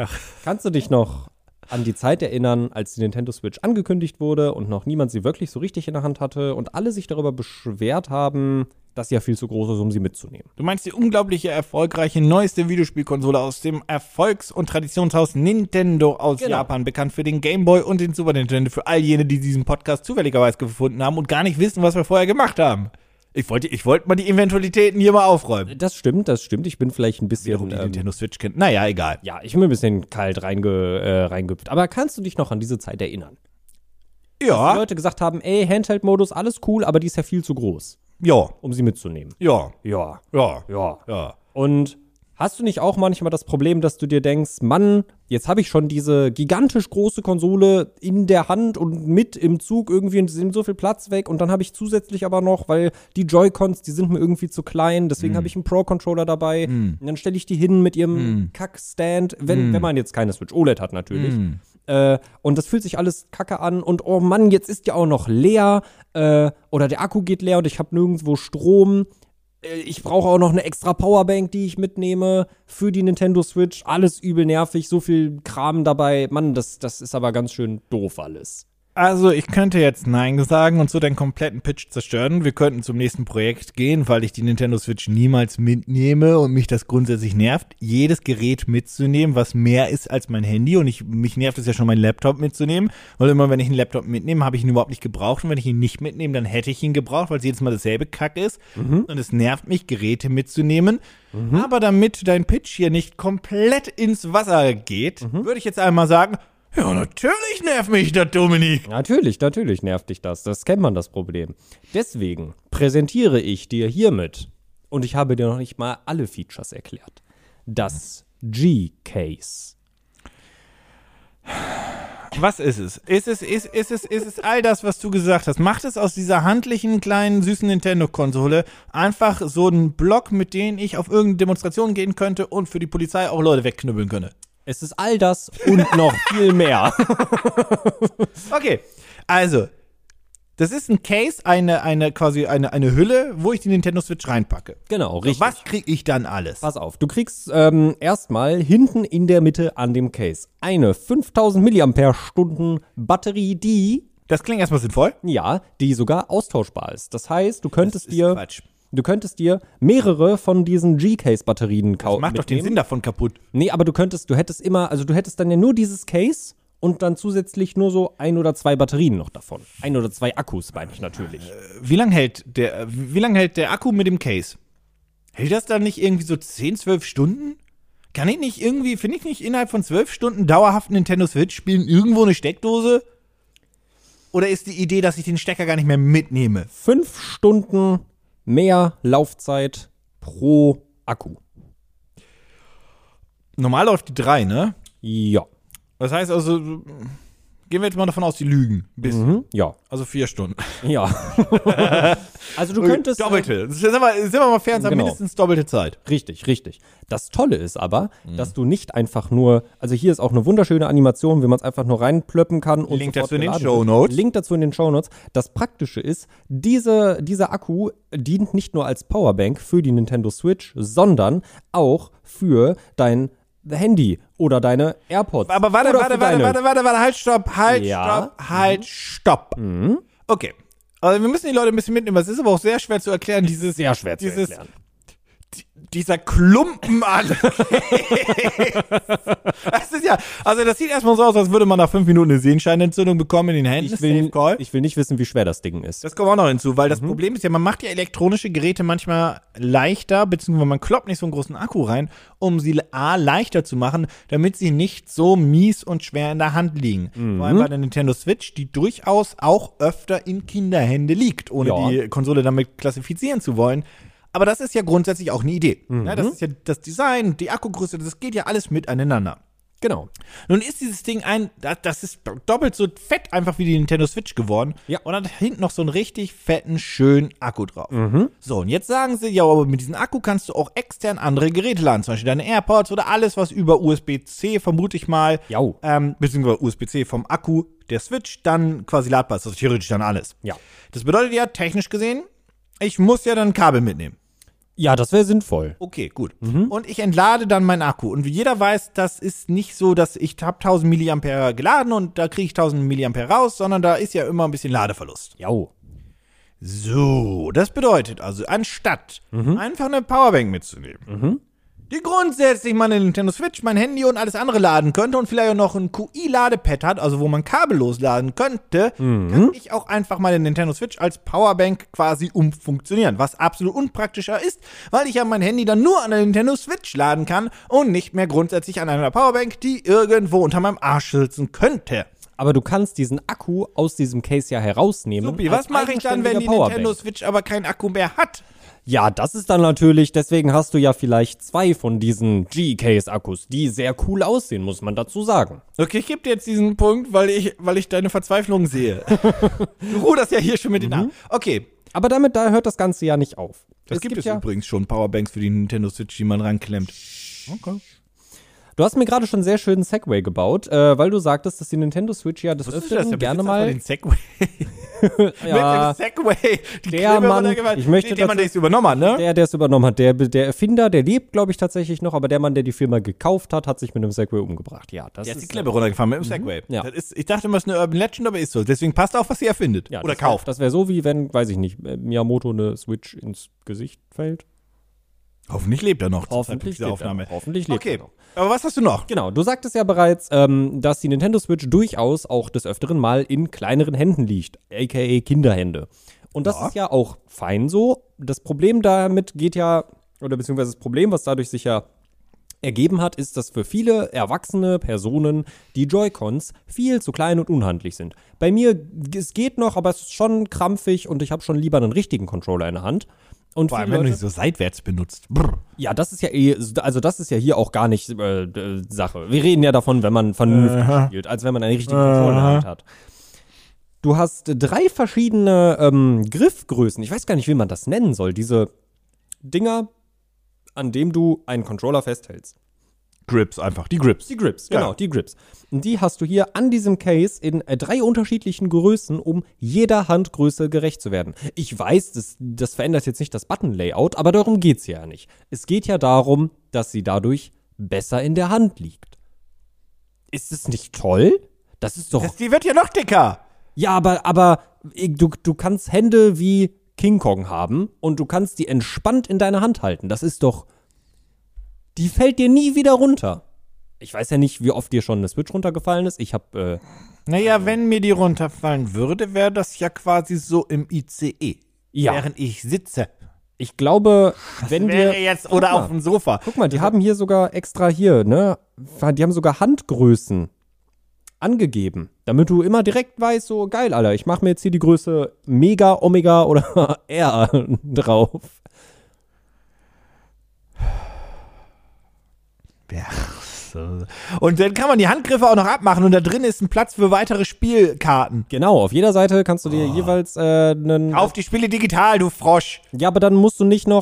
an die Zeit erinnern, als die Nintendo Switch angekündigt wurde und noch niemand sie wirklich so richtig in der Hand hatte und alle sich darüber beschwert haben, dass sie ja viel zu groß ist, um sie mitzunehmen? Du meinst die unglaubliche, erfolgreiche, neueste Videospielkonsole aus dem Erfolgs- und Traditionshaus Nintendo aus Japan, bekannt für den Game Boy und den Super Nintendo, für all jene, die diesen Podcast zufälligerweise gefunden haben und gar nicht wissen, was wir vorher gemacht haben. Ich wollte mal die Eventualitäten hier mal aufräumen. Das stimmt. Ich bin vielleicht ein bisschen... Die Nintendo Switch kennt. Naja, egal. Ja, ich bin ein bisschen kalt reingehüpft. Aber kannst du dich noch an diese Zeit erinnern? Dass die Leute gesagt haben, ey, Handheld-Modus, alles cool, aber die ist ja viel zu groß, Ja. um sie mitzunehmen. Ja. Ja. Ja. Ja. Ja. Und hast du nicht auch manchmal das Problem, dass du dir denkst, Mann, jetzt habe ich schon diese gigantisch große Konsole in der Hand und mit im Zug irgendwie und sind so viel Platz weg und dann habe ich zusätzlich aber noch, weil die Joy-Cons, die sind mir irgendwie zu klein, deswegen habe ich einen Pro-Controller dabei und dann stelle ich die hin mit ihrem Kack-Stand, wenn man jetzt keine Switch OLED hat natürlich. Und das fühlt sich alles kacke an und oh Mann, jetzt ist ja auch noch leer oder der Akku geht leer und ich habe nirgendwo Strom. Ich brauche auch noch eine extra Powerbank, die ich mitnehme für die Nintendo Switch. Alles übel nervig, so viel Kram dabei. Mann, das ist aber ganz schön doof alles. Also, ich könnte jetzt Nein sagen und so den kompletten Pitch zerstören. Wir könnten zum nächsten Projekt gehen, weil ich die Nintendo Switch niemals mitnehme und mich das grundsätzlich nervt, jedes Gerät mitzunehmen, was mehr ist als mein Handy. Und mich nervt es ja schon, meinen Laptop mitzunehmen. Weil immer, wenn ich einen Laptop mitnehme, habe ich ihn überhaupt nicht gebraucht. Und wenn ich ihn nicht mitnehme, dann hätte ich ihn gebraucht, weil es jedes Mal dasselbe Kack ist. Und es nervt mich, Geräte mitzunehmen. Aber damit dein Pitch hier nicht komplett ins Wasser geht, würde ich jetzt einmal sagen, ja, natürlich nervt mich das, Dominik. Natürlich nervt dich das. Das kennt man, das Problem. Deswegen präsentiere ich dir hiermit, und ich habe dir noch nicht mal alle Features erklärt, das G-Case. Was ist es? Ist es all das, was du gesagt hast? Macht es aus dieser handlichen, kleinen, süßen Nintendo-Konsole einfach so einen Block, mit dem ich auf irgendeine Demonstration gehen könnte und für die Polizei auch Leute wegknüppeln könnte? Es ist all das und noch viel mehr. Okay, also, das ist ein Case, quasi eine Hülle, wo ich die Nintendo Switch reinpacke. Genau, richtig. Was kriege ich dann alles? Pass auf, du kriegst erstmal hinten in der Mitte an dem Case eine 5000 mAh Batterie, Das klingt erstmal sinnvoll. die sogar austauschbar ist. Das heißt, du könntest Quatsch. dir mehrere von diesen G-Case-Batterien kaufen. Das macht doch den Sinn davon kaputt. Nee, aber du hättest dann ja nur dieses Case und dann zusätzlich nur so 1 oder 2 Batterien noch davon. 1 oder 2 Akkus, meine ich natürlich. Wie lang hält der Akku mit dem Case? Hält das dann nicht irgendwie so 10, 12 Stunden? Finde ich nicht innerhalb von 12 Stunden dauerhaft Nintendo Switch spielen irgendwo eine Steckdose? Oder ist die Idee, dass ich den Stecker gar nicht mehr mitnehme? 5 Stunden mehr Laufzeit pro Akku. Normal läuft die 3, ne? Ja. Das heißt also, gehen wir jetzt mal davon aus, die lügen. Ja. Also 4 Stunden. Ja. Also du könntest... Doppelte. Sind wir mal fair und sagen, mindestens doppelte Zeit. Richtig. Das Tolle ist aber, dass du nicht einfach nur, also hier ist auch eine wunderschöne Animation, wie man es einfach nur reinplöppen kann. Und Link dazu in den Shownotes. Link dazu in den Shownotes. Das Praktische ist, dieser Akku dient nicht nur als Powerbank für die Nintendo Switch, sondern auch für dein Handy oder deine AirPods. Aber warte, halt, stopp. Okay. Also wir müssen die Leute ein bisschen mitnehmen, es ist aber auch sehr schwer zu erklären, Sehr schwer zu erklären. dieser Klumpen an. Das ist ja, also das sieht erstmal so aus, als würde man nach 5 Minuten eine Sehenscheinentzündung bekommen in den Händen. Ich will nicht wissen, wie schwer das Ding ist. Das kommt auch noch hinzu, weil das Problem ist ja, man macht ja elektronische Geräte manchmal leichter, beziehungsweise man kloppt nicht so einen großen Akku rein, um sie leichter zu machen, damit sie nicht so mies und schwer in der Hand liegen. Vor allem bei der Nintendo Switch, die durchaus auch öfter in Kinderhände liegt, ohne die Konsole damit klassifizieren zu wollen. Aber das ist ja grundsätzlich auch eine Idee. Ja, das ist ja das Design, die Akkugröße, das geht ja alles miteinander. Genau. Nun ist dieses Ding das ist doppelt so fett einfach wie die Nintendo Switch geworden. Ja. Und hat hinten noch so einen richtig fetten, schönen Akku drauf. So, und jetzt sagen sie, ja, aber mit diesem Akku kannst du auch extern andere Geräte laden. Zum Beispiel deine AirPods oder alles, was über USB-C, vermute ich mal, beziehungsweise USB-C vom Akku der Switch dann quasi ladbar ist. Also theoretisch dann alles. Ja. Das bedeutet ja, technisch gesehen, ich muss ja dann ein Kabel mitnehmen. Ja, das wäre sinnvoll. Okay, gut. Und ich entlade dann meinen Akku. Und wie jeder weiß, das ist nicht so, dass ich habe 1000 Milliampere geladen und da kriege ich 1000 Milliampere raus, sondern da ist ja immer ein bisschen Ladeverlust. Jau. So, das bedeutet also, anstatt einfach eine Powerbank mitzunehmen, die grundsätzlich meine Nintendo Switch, mein Handy und alles andere laden könnte und vielleicht auch noch ein QI-Ladepad hat, also wo man kabellos laden könnte, kann ich auch einfach meine Nintendo Switch als Powerbank quasi umfunktionieren, was absolut unpraktischer ist, weil ich ja mein Handy dann nur an der Nintendo Switch laden kann und nicht mehr grundsätzlich an einer Powerbank, die irgendwo unter meinem Arsch sitzen könnte. Aber du kannst diesen Akku aus diesem Case ja herausnehmen. Supi, was mache ich dann, wenn die Nintendo Switch aber keinen Akku mehr hat? Ja, das ist dann natürlich, deswegen hast du ja vielleicht 2 von diesen G-Case-Akkus, die sehr cool aussehen, muss man dazu sagen. Okay, ich gebe dir jetzt diesen Punkt, weil ich deine Verzweiflung sehe. Du ruderst ja hier schon mit den Armen. Okay. Aber da hört das Ganze ja nicht auf. Es gibt übrigens schon Powerbanks für die Nintendo Switch, die man ranklemmt. Okay. Du hast mir gerade schon einen sehr schönen Segway gebaut, weil du sagtest, dass die Nintendo Switch ja des Öfteren gerne mal... Den Segway. Ja, mit dem Segway. Der Mann, ich möchte der Mann, der es übernommen hat, ne? Der es übernommen hat. Der Erfinder, der lebt, glaube ich, tatsächlich noch, aber der Mann, der die Firma gekauft hat, hat sich mit einem Segway umgebracht. Ja, das der ist die Klippe runtergefahren mit dem Segway. Ja. Ich dachte immer, es ist eine Urban Legend, aber ist so. Deswegen passt auf, was sie erfindet. Ja, oder kauft. Das wäre so, wie wenn, weiß ich nicht, Miyamoto eine Switch ins Gesicht fällt. Hoffentlich lebt er noch. Hoffentlich lebt er noch. Okay, aber was hast du noch? Genau, du sagtest ja bereits, dass die Nintendo Switch durchaus auch des Öfteren mal in kleineren Händen liegt, a.k.a. Kinderhände. Und das ist ja auch fein so. Das Problem damit geht ja, oder beziehungsweise das Problem, was dadurch sich ja ergeben hat, ist, dass für viele erwachsene Personen die Joy-Cons viel zu klein und unhandlich sind. Bei mir, es geht noch, aber es ist schon krampfig und ich habe schon lieber einen richtigen Controller in der Hand. Und vor allem, wenn du sie so seitwärts benutzt. Brr. Ja, das ist ja also das ist ja hier auch gar nicht Sache. Wir reden ja davon, wenn man vernünftig spielt, als wenn man einen richtigen Controller in der Hand hat. Du hast 3 verschiedene Griffgrößen. Ich weiß gar nicht, wie man das nennen soll. Diese Dinger, an dem du einen Controller festhältst. Grips einfach, die Grips. Die Grips, genau, die Grips. Und die hast du hier an diesem Case in 3 unterschiedlichen Größen, um jeder Handgröße gerecht zu werden. Ich weiß, das verändert jetzt nicht das Button-Layout, aber darum geht's ja nicht. Es geht ja darum, dass sie dadurch besser in der Hand liegt. Ist es nicht toll? Das ist doch... Die wird ja noch dicker. Ja, aber du kannst Hände wie King Kong haben und du kannst die entspannt in deiner Hand halten. Das ist doch... Die fällt dir nie wieder runter. Ich weiß ja nicht, wie oft dir schon eine Switch runtergefallen ist. Ich habe Naja, wenn mir die runterfallen würde, wäre das ja quasi so im ICE. Ja. Während ich sitze. Ich glaube, wenn wäre wir... jetzt oder auf dem Sofa. Guck mal, die haben hier sogar extra hier, ne? Die haben sogar Handgrößen angegeben, damit du immer direkt weißt, so geil, Alter, ich mache mir jetzt hier die Größe Mega, Omega oder R drauf. Ja, so. Und dann kann man die Handgriffe auch noch abmachen und da drin ist ein Platz für weitere Spielkarten. Genau, auf jeder Seite kannst du dir jeweils einen... Kauf die Spiele digital, du Frosch. Ja, aber dann musst du nicht noch,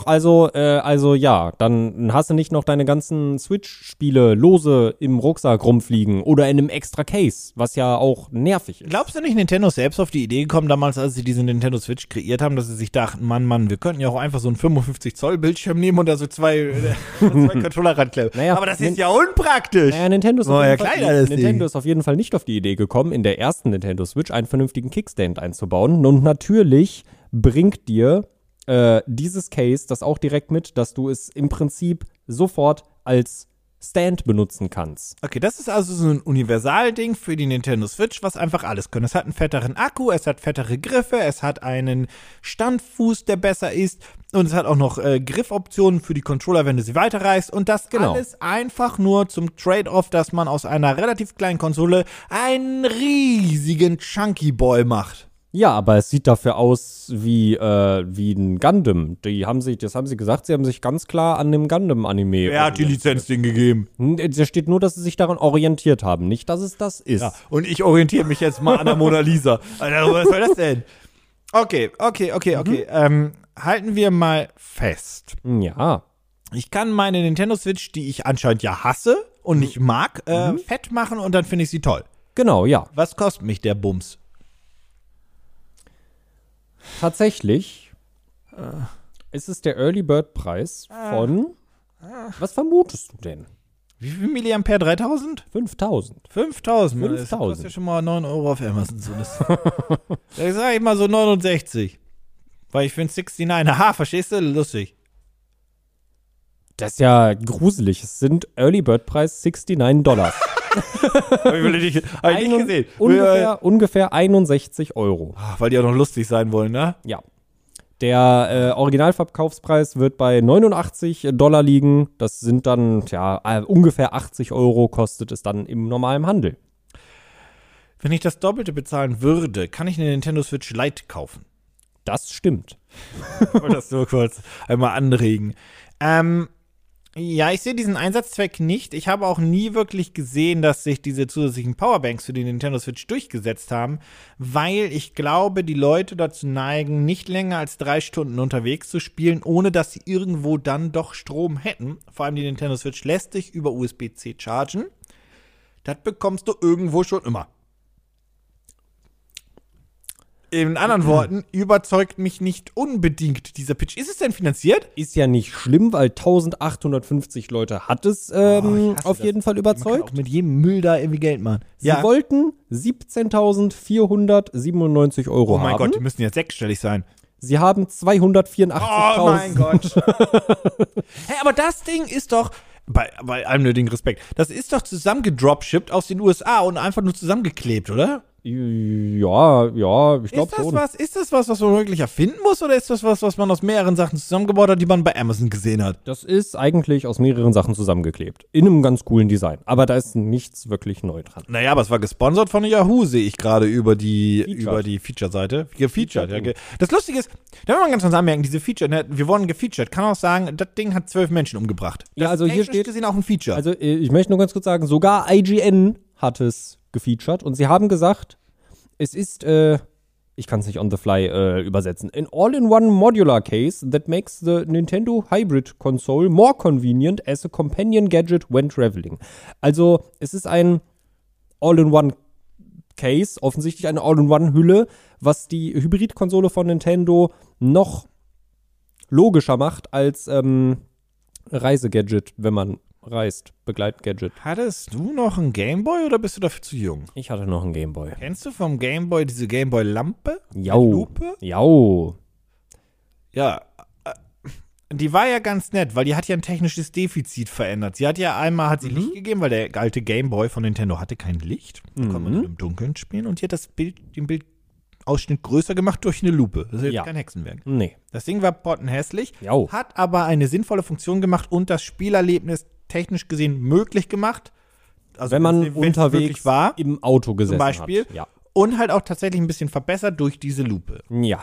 dann hast du nicht noch deine ganzen Switch-Spiele lose im Rucksack rumfliegen oder in einem extra Case, was ja auch nervig ist. Glaubst du nicht, Nintendo ist selbst auf die Idee gekommen, damals, als sie diese Nintendo Switch kreiert haben, dass sie sich dachten, Mann, wir könnten ja auch einfach so einen 55-Zoll-Bildschirm nehmen und da so zwei Controller ranklemmen. Naja, aber das ist ja unpraktisch. Naja, Nintendo ist auf jeden Fall nicht auf die Idee gekommen, in der ersten Nintendo Switch einen vernünftigen Kickstand einzubauen. Und natürlich bringt dir dieses Case, das auch direkt mit, dass du es im Prinzip sofort als Stand benutzen kannst. Okay, das ist also so ein Universalding für die Nintendo Switch, was einfach alles können. Es hat einen fetteren Akku, es hat fettere Griffe, es hat einen Standfuß, der besser ist und es hat auch noch Griffoptionen für die Controller, wenn du sie weiterreichst und das alles einfach nur zum Trade-off, dass man aus einer relativ kleinen Konsole einen riesigen Chunky Boy macht. Ja, aber es sieht dafür aus wie ein Gundam. Das haben sie gesagt, sie haben sich ganz klar an dem Gundam-Anime. Wer hat die Lizenz denen gegeben? Da steht nur, dass sie sich daran orientiert haben, nicht, dass es das ist. Ja, und ich orientiere mich jetzt mal an der Mona Lisa. Alter, was soll das denn? Okay. Halten wir mal fest. Ja. Ich kann meine Nintendo Switch, die ich anscheinend ja hasse und nicht mag, fett machen und dann finde ich sie toll. Genau, ja. Was kostet mich der Bums? Tatsächlich ist es der Early Bird Preis von, was vermutest du denn? Wie viel Milliampere? 3000? 5000. 5000. 5000. Das kostet ja schon mal 9 € auf Amazon. So da sage ich mal so 69. Weil ich finde 69, haha, verstehst du? Lustig. Das ist ja gruselig. Es sind Early Bird Preis $69. Hab ich nicht gesehen. Ungefähr 61 €. Weil die auch noch lustig sein wollen, ne? Ja. Der Originalverkaufspreis wird bei $89 liegen. Das sind dann, ungefähr 80 € kostet es dann im normalen Handel. Wenn ich das Doppelte bezahlen würde, kann ich eine Nintendo Switch Lite kaufen. Das stimmt. Ich wollte das nur kurz einmal anregen. Ja, ich sehe diesen Einsatzzweck nicht. Ich habe auch nie wirklich gesehen, dass sich diese zusätzlichen Powerbanks für die Nintendo Switch durchgesetzt haben, weil ich glaube, die Leute dazu neigen, nicht länger als 3 Stunden unterwegs zu spielen, ohne dass sie irgendwo dann doch Strom hätten. Vor allem die Nintendo Switch lässt sich über USB-C chargen. Das bekommst du irgendwo schon immer. In anderen Worten, überzeugt mich nicht unbedingt dieser Pitch. Ist es denn finanziert? Ist ja nicht schlimm, weil 1850 Leute hat es auf jeden Fall überzeugt. Man kann auch mit jedem Müll da irgendwie Geld machen. Sie wollten 17.497 € haben. Oh mein Gott, die müssen ja sechsstellig sein. Sie haben 284.000. Oh mein Gott. Hey, aber das Ding ist doch, bei allem nötigen Respekt, das ist doch zusammengedropshippt aus den USA und einfach nur zusammengeklebt, oder? Ja, ich glaube schon. Ist das was man wirklich erfinden muss, oder ist das was man aus mehreren Sachen zusammengebaut hat, die man bei Amazon gesehen hat? Das ist eigentlich aus mehreren Sachen zusammengeklebt. In einem ganz coolen Design. Aber da ist nichts wirklich neu dran. Naja, aber es war gesponsert von Yahoo, sehe ich gerade über die Feature-Seite. Gefeatured, ja. Das Lustige ist, da will man ganz kurz anmerken, diese Feature, wir wurden gefeatured, kann auch sagen, das Ding hat 12 Menschen umgebracht. Ja, also hier steht gesehen auch ein Feature. Also ich möchte nur ganz kurz sagen, sogar IGN hat es gefeatured und sie haben gesagt, es ist, ich kann es nicht on the fly übersetzen, an all-in-one modular case that makes the Nintendo Hybrid Console more convenient as a companion gadget when traveling. Also es ist ein all-in-one Case, offensichtlich eine All-in-One-Hülle, was die Hybrid-Konsole von Nintendo noch logischer macht als Reisegadget, wenn man reist, Begleitgadget. Hattest du noch einen Gameboy oder bist du dafür zu jung? Ich hatte noch einen Gameboy. Kennst du vom Gameboy diese Gameboy-Lampe? Jau. Lupe? Jau. Ja, die war ja ganz nett, weil die hat ja ein technisches Defizit verändert. Sie hat ja einmal Licht gegeben, weil der alte Gameboy von Nintendo hatte kein Licht. Da konnte man nur im Dunkeln spielen. Und die hat den Bildausschnitt größer gemacht durch eine Lupe. Das ist jetzt kein Hexenwerk. Nee. Das Ding war pottenhässlich, Jau. hat aber eine sinnvolle Funktion gemacht und das Spielerlebnis technisch gesehen möglich gemacht. Also wenn man wenn's unterwegs war, im Auto gesessen zum Beispiel. hat. Ja. Und halt auch tatsächlich ein bisschen verbessert durch diese Lupe. Ja.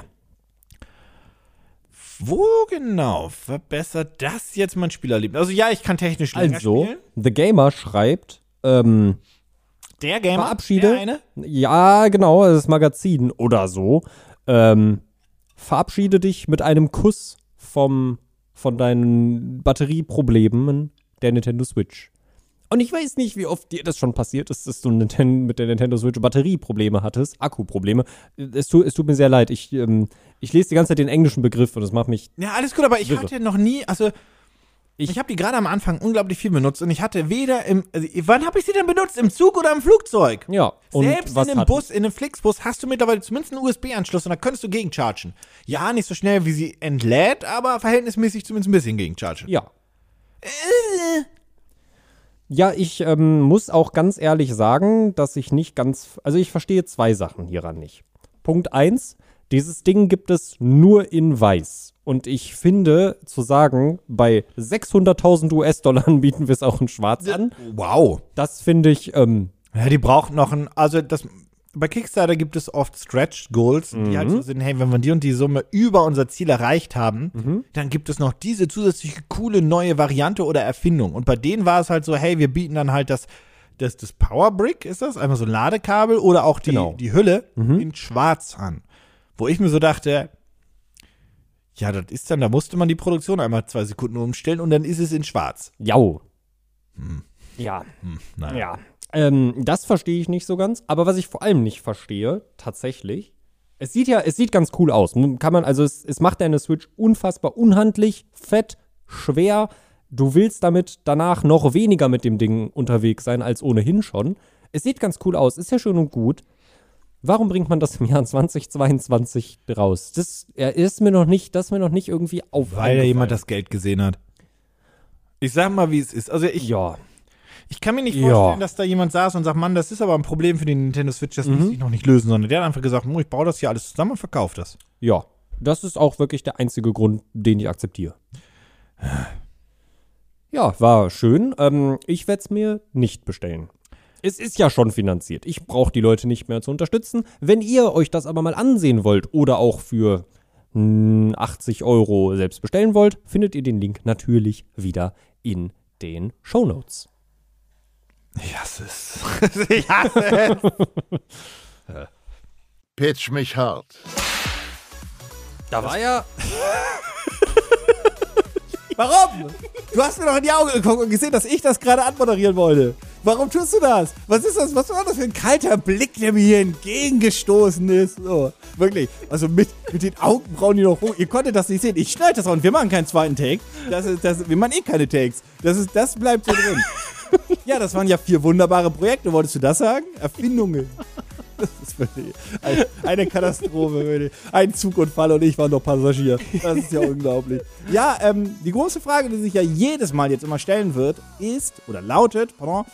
Wo genau verbessert das jetzt mein Spielerlebnis? Also ja, ich kann technisch länger spielen. The Gamer schreibt, Der Gamer? verabschiede. Der eine? Ja, genau, das Magazin oder so. Verabschiede dich mit einem Kuss von deinen Batterieproblemen der Nintendo Switch. Und ich weiß nicht, wie oft dir das schon passiert ist, dass du mit der Nintendo Switch Batterieprobleme hattest, Akkuprobleme. Es tut mir sehr leid. Ich lese die ganze Zeit den englischen Begriff und das macht mich Ja, alles gut, aber ich hatte noch nie, also Ich habe die gerade am Anfang unglaublich viel benutzt und ich hatte wann habe ich sie denn benutzt? Im Zug oder im Flugzeug? Ja. Und Selbst in einem Bus, in einem Flixbus hast du mittlerweile zumindest einen USB-Anschluss und da könntest du gegenchargen. Ja, nicht so schnell, wie sie entlädt, aber verhältnismäßig zumindest ein bisschen gegenchargen. Ja. Ja, ich muss auch ganz ehrlich sagen, dass ich nicht ganz, also ich verstehe 2 Sachen hieran nicht. Punkt 1, dieses Ding gibt es nur in weiß. Und ich finde, zu sagen, bei 600.000 US-Dollar bieten wir es auch in schwarz an. Wow. Das finde ich, Ja, die braucht noch bei Kickstarter gibt es oft Stretch Goals, die halt so sind, hey, wenn wir die und die Summe über unser Ziel erreicht haben, dann gibt es noch diese zusätzliche coole neue Variante oder Erfindung. Und bei denen war es halt so, hey, wir bieten dann halt das Powerbrick, ist das? Einfach so ein Ladekabel oder auch die Hülle in schwarz an. Wo ich mir so dachte, ja, das ist dann, da musste man die Produktion einmal 2 Sekunden umstellen und dann ist es in schwarz. jau. Ja. Naja. Ja. Das verstehe ich nicht so ganz. Aber was ich vor allem nicht verstehe, tatsächlich, es sieht ganz cool aus. Es macht deine Switch unfassbar unhandlich, fett, schwer. Du willst damit danach noch weniger mit dem Ding unterwegs sein als ohnehin schon. Es sieht ganz cool aus, ist ja schön und gut. Warum bringt man das im Jahr 2022 raus? Das ist mir noch nicht irgendwie aufgefallen. Weil da jemand das Geld gesehen hat. Ich sag mal, wie es ist. Also ich kann mir nicht vorstellen, dass da jemand saß und sagt, Mann, das ist aber ein Problem für die Nintendo Switch, das muss ich noch nicht lösen, sondern der hat einfach gesagt, ich baue das hier alles zusammen und verkaufe das. Ja, das ist auch wirklich der einzige Grund, den ich akzeptiere. Ja, war schön. Ich werde es mir nicht bestellen. Es ist ja schon finanziert. Ich brauche die Leute nicht mehr zu unterstützen. Wenn ihr euch das aber mal ansehen wollt oder auch für 80 € selbst bestellen wollt, findet ihr den Link natürlich wieder in den Shownotes. Ich hasse es. Ich hasse es. Pitch mich hart. Da war ja... Warum? Du hast mir doch in die Augen geguckt und gesehen, dass ich das gerade anmoderieren wollte. Warum tust du das? Was ist das? Was war das für ein kalter Blick, der mir hier entgegengestoßen ist? So, wirklich. Also mit den Augenbrauen hier noch hoch. Ihr konntet das nicht sehen. Ich schneide das auch und wir machen keinen zweiten Take. Wir machen keine Takes. Das bleibt so drin. Ja, das waren ja 4 wunderbare Projekte. Wolltest du das sagen? Erfindungen. Das ist wirklich eine Katastrophe. Wirklich. Ein Zugunfall und ich war noch Passagier. Das ist ja unglaublich. Ja, die große Frage, die sich ja jedes Mal jetzt immer stellen wird, lautet,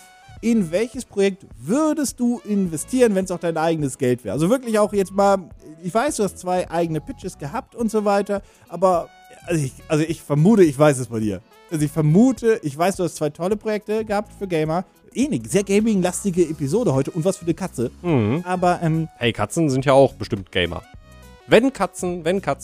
in welches Projekt würdest du investieren, wenn es auch dein eigenes Geld wäre? Also wirklich auch jetzt mal, ich weiß, du hast 2 eigene Pitches gehabt und so weiter, aber ich vermute, ich weiß es bei dir. Also ich weiß, du hast 2 tolle Projekte gehabt für Gamer. Eine sehr gaming-lastige Episode heute und was für eine Katze. Aber, Hey, Katzen sind ja auch bestimmt Gamer. Wenn Katzen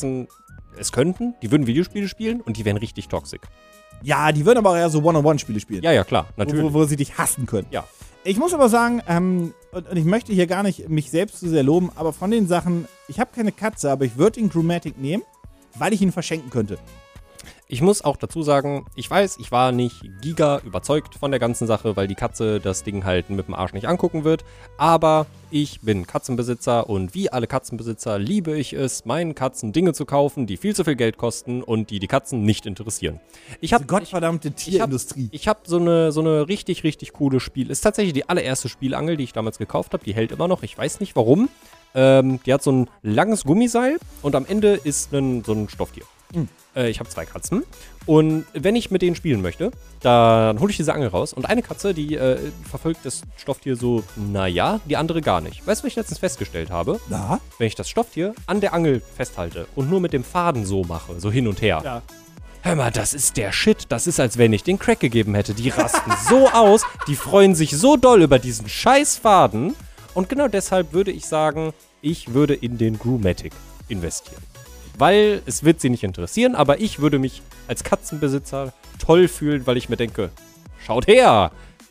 es könnten, die würden Videospiele spielen und die wären richtig toxisch. ja, die würden aber auch eher so One-on-One-Spiele spielen. Ja, klar, natürlich. Wo sie dich hassen können. Ja. Ich muss aber sagen, und ich möchte hier gar nicht mich selbst zu sehr loben, aber von den Sachen, ich habe keine Katze, aber ich würde den Groomatic nehmen, weil ich ihn verschenken könnte. Ich muss auch dazu sagen, ich weiß, ich war nicht giga überzeugt von der ganzen Sache, weil die Katze das Ding halt mit dem Arsch nicht angucken wird. Aber ich bin Katzenbesitzer und wie alle Katzenbesitzer liebe ich es, meinen Katzen Dinge zu kaufen, die viel zu viel Geld kosten und die Katzen nicht interessieren. Gottverdammte Tierindustrie. Ich habe so eine richtig, richtig coole Spiel. Ist tatsächlich die allererste Spielangel, die ich damals gekauft habe. Die hält immer noch. Ich weiß nicht warum. Die hat so ein langes Gummiseil und am Ende ist so ein Stofftier. Ich habe 2 Katzen und wenn ich mit denen spielen möchte, dann hole ich diese Angel raus und eine Katze, die verfolgt das Stofftier so, naja, die andere gar nicht. Weißt du, was ich letztens festgestellt habe? Na? Wenn ich das Stofftier an der Angel festhalte und nur mit dem Faden so mache, so hin und her. Ja. Hör mal, das ist der Shit. Das ist, als wenn ich den Crack gegeben hätte. Die rasten so aus, die freuen sich so doll über diesen scheiß Faden. Und genau deshalb würde ich sagen, ich würde in den Groomatic investieren. Weil es wird sie nicht interessieren, aber ich würde mich als Katzenbesitzer toll fühlen, weil ich mir denke, schaut her!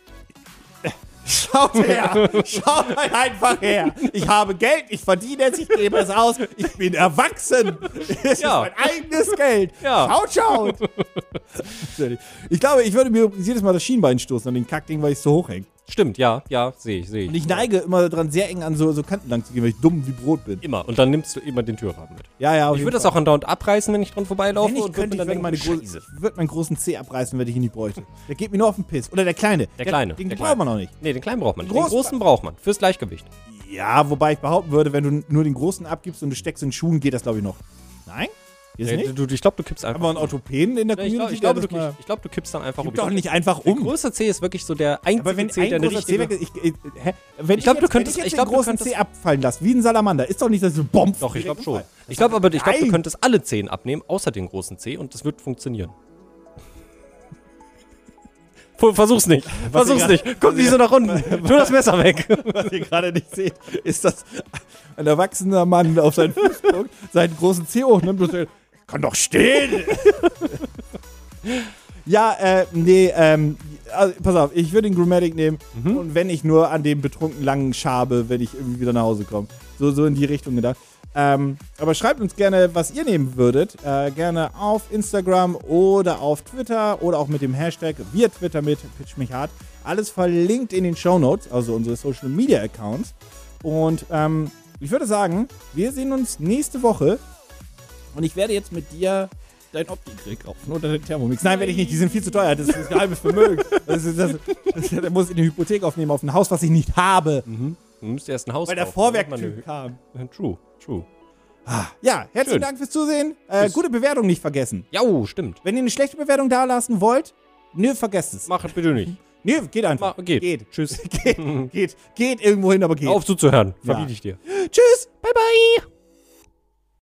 Schaut her! Schaut einfach her! Ich habe Geld, ich verdiene es, ich gebe es aus, ich bin erwachsen! Es ist mein eigenes Geld! Ja. Schaut! Ich glaube, ich würde mir jedes Mal das Schienbein stoßen an den Kackding, weil ich so hochhänge. Stimmt, ja, sehe ich. Und ich neige immer dran, sehr eng an so Kanten lang zu gehen, weil ich dumm wie Brot bin. Immer. Und dann nimmst du immer den Türrahmen mit. Ja, Ich würde das auch andauernd abreißen, wenn ich dran vorbeilaufe. Wenn ich könnte, ich würde meinen großen Zeh abreißen, wenn ich ihn nicht bräuchte. Der geht mir nur auf den Piss. Oder der Kleine. Der Kleine. Den braucht man noch nicht. Nee, den Kleinen braucht man nicht. Den Den Großen braucht man. Fürs Gleichgewicht. Ja, wobei ich behaupten würde, wenn du nur den Großen abgibst und du steckst in Schuhen, geht das, glaube ich, noch. Nein? Ist nicht? Ich glaube, du kippst einfach. Haben wir einen Orthopäden in der Community? Ich glaube, du kippst dann einfach Gib doch nicht einfach Der um. große C ist wirklich so der einzige Aber wenn C, der ein eine großer Zeh richtige... weg ist, wenn Ich glaube, du den könntest... großen Zeh abfallen lassen, wie ein Salamander, ist doch nicht, dass du Bomb. Doch, ich glaube schon. Ich glaube, du Nein. könntest alle Zehen abnehmen, außer den großen C, und das wird funktionieren. Versuch's nicht. Guck nicht so nach unten. Tu das Messer weg. Was ihr gerade nicht seht, ist, dass ein erwachsener Mann auf seinen Fuß guckt, seinen großen Zeh hochnimmt und sagt, kann doch stehen! Ja, also, pass auf, ich würde den Groomatic nehmen und wenn ich nur an dem betrunken langen Schabe, wenn ich irgendwie wieder nach Hause komme. So in die Richtung gedacht. Aber schreibt uns gerne, was ihr nehmen würdet. Gerne auf Instagram oder auf Twitter oder auch mit dem Hashtag via Twitter mit Pitch mich hart. Alles verlinkt in den Shownotes, also unsere Social Media Accounts. Und ich würde sagen, wir sehen uns nächste Woche. Und ich werde jetzt mit dir dein Opti-Krieg kaufen oder den Thermomix. Nein, werde ich nicht. Die sind viel zu teuer. Das ist geheimes Vermögen. Der muss eine Hypothek aufnehmen auf ein Haus, was ich nicht habe. Du musst erst ein Haus Weil der kaufen, Vorwerk-Typ kam. True. Ja, herzlichen Schön. Dank fürs Zusehen. Gute Bewertung nicht vergessen. Ja, stimmt. Wenn ihr eine schlechte Bewertung da lassen wollt, vergesst es. Mach bitte nicht. Geht einfach. Geht. Tschüss. Geht irgendwo hin, aber geht. Auf zuzuhören. Ja. Verbiete ich dir. Tschüss. Bye, bye.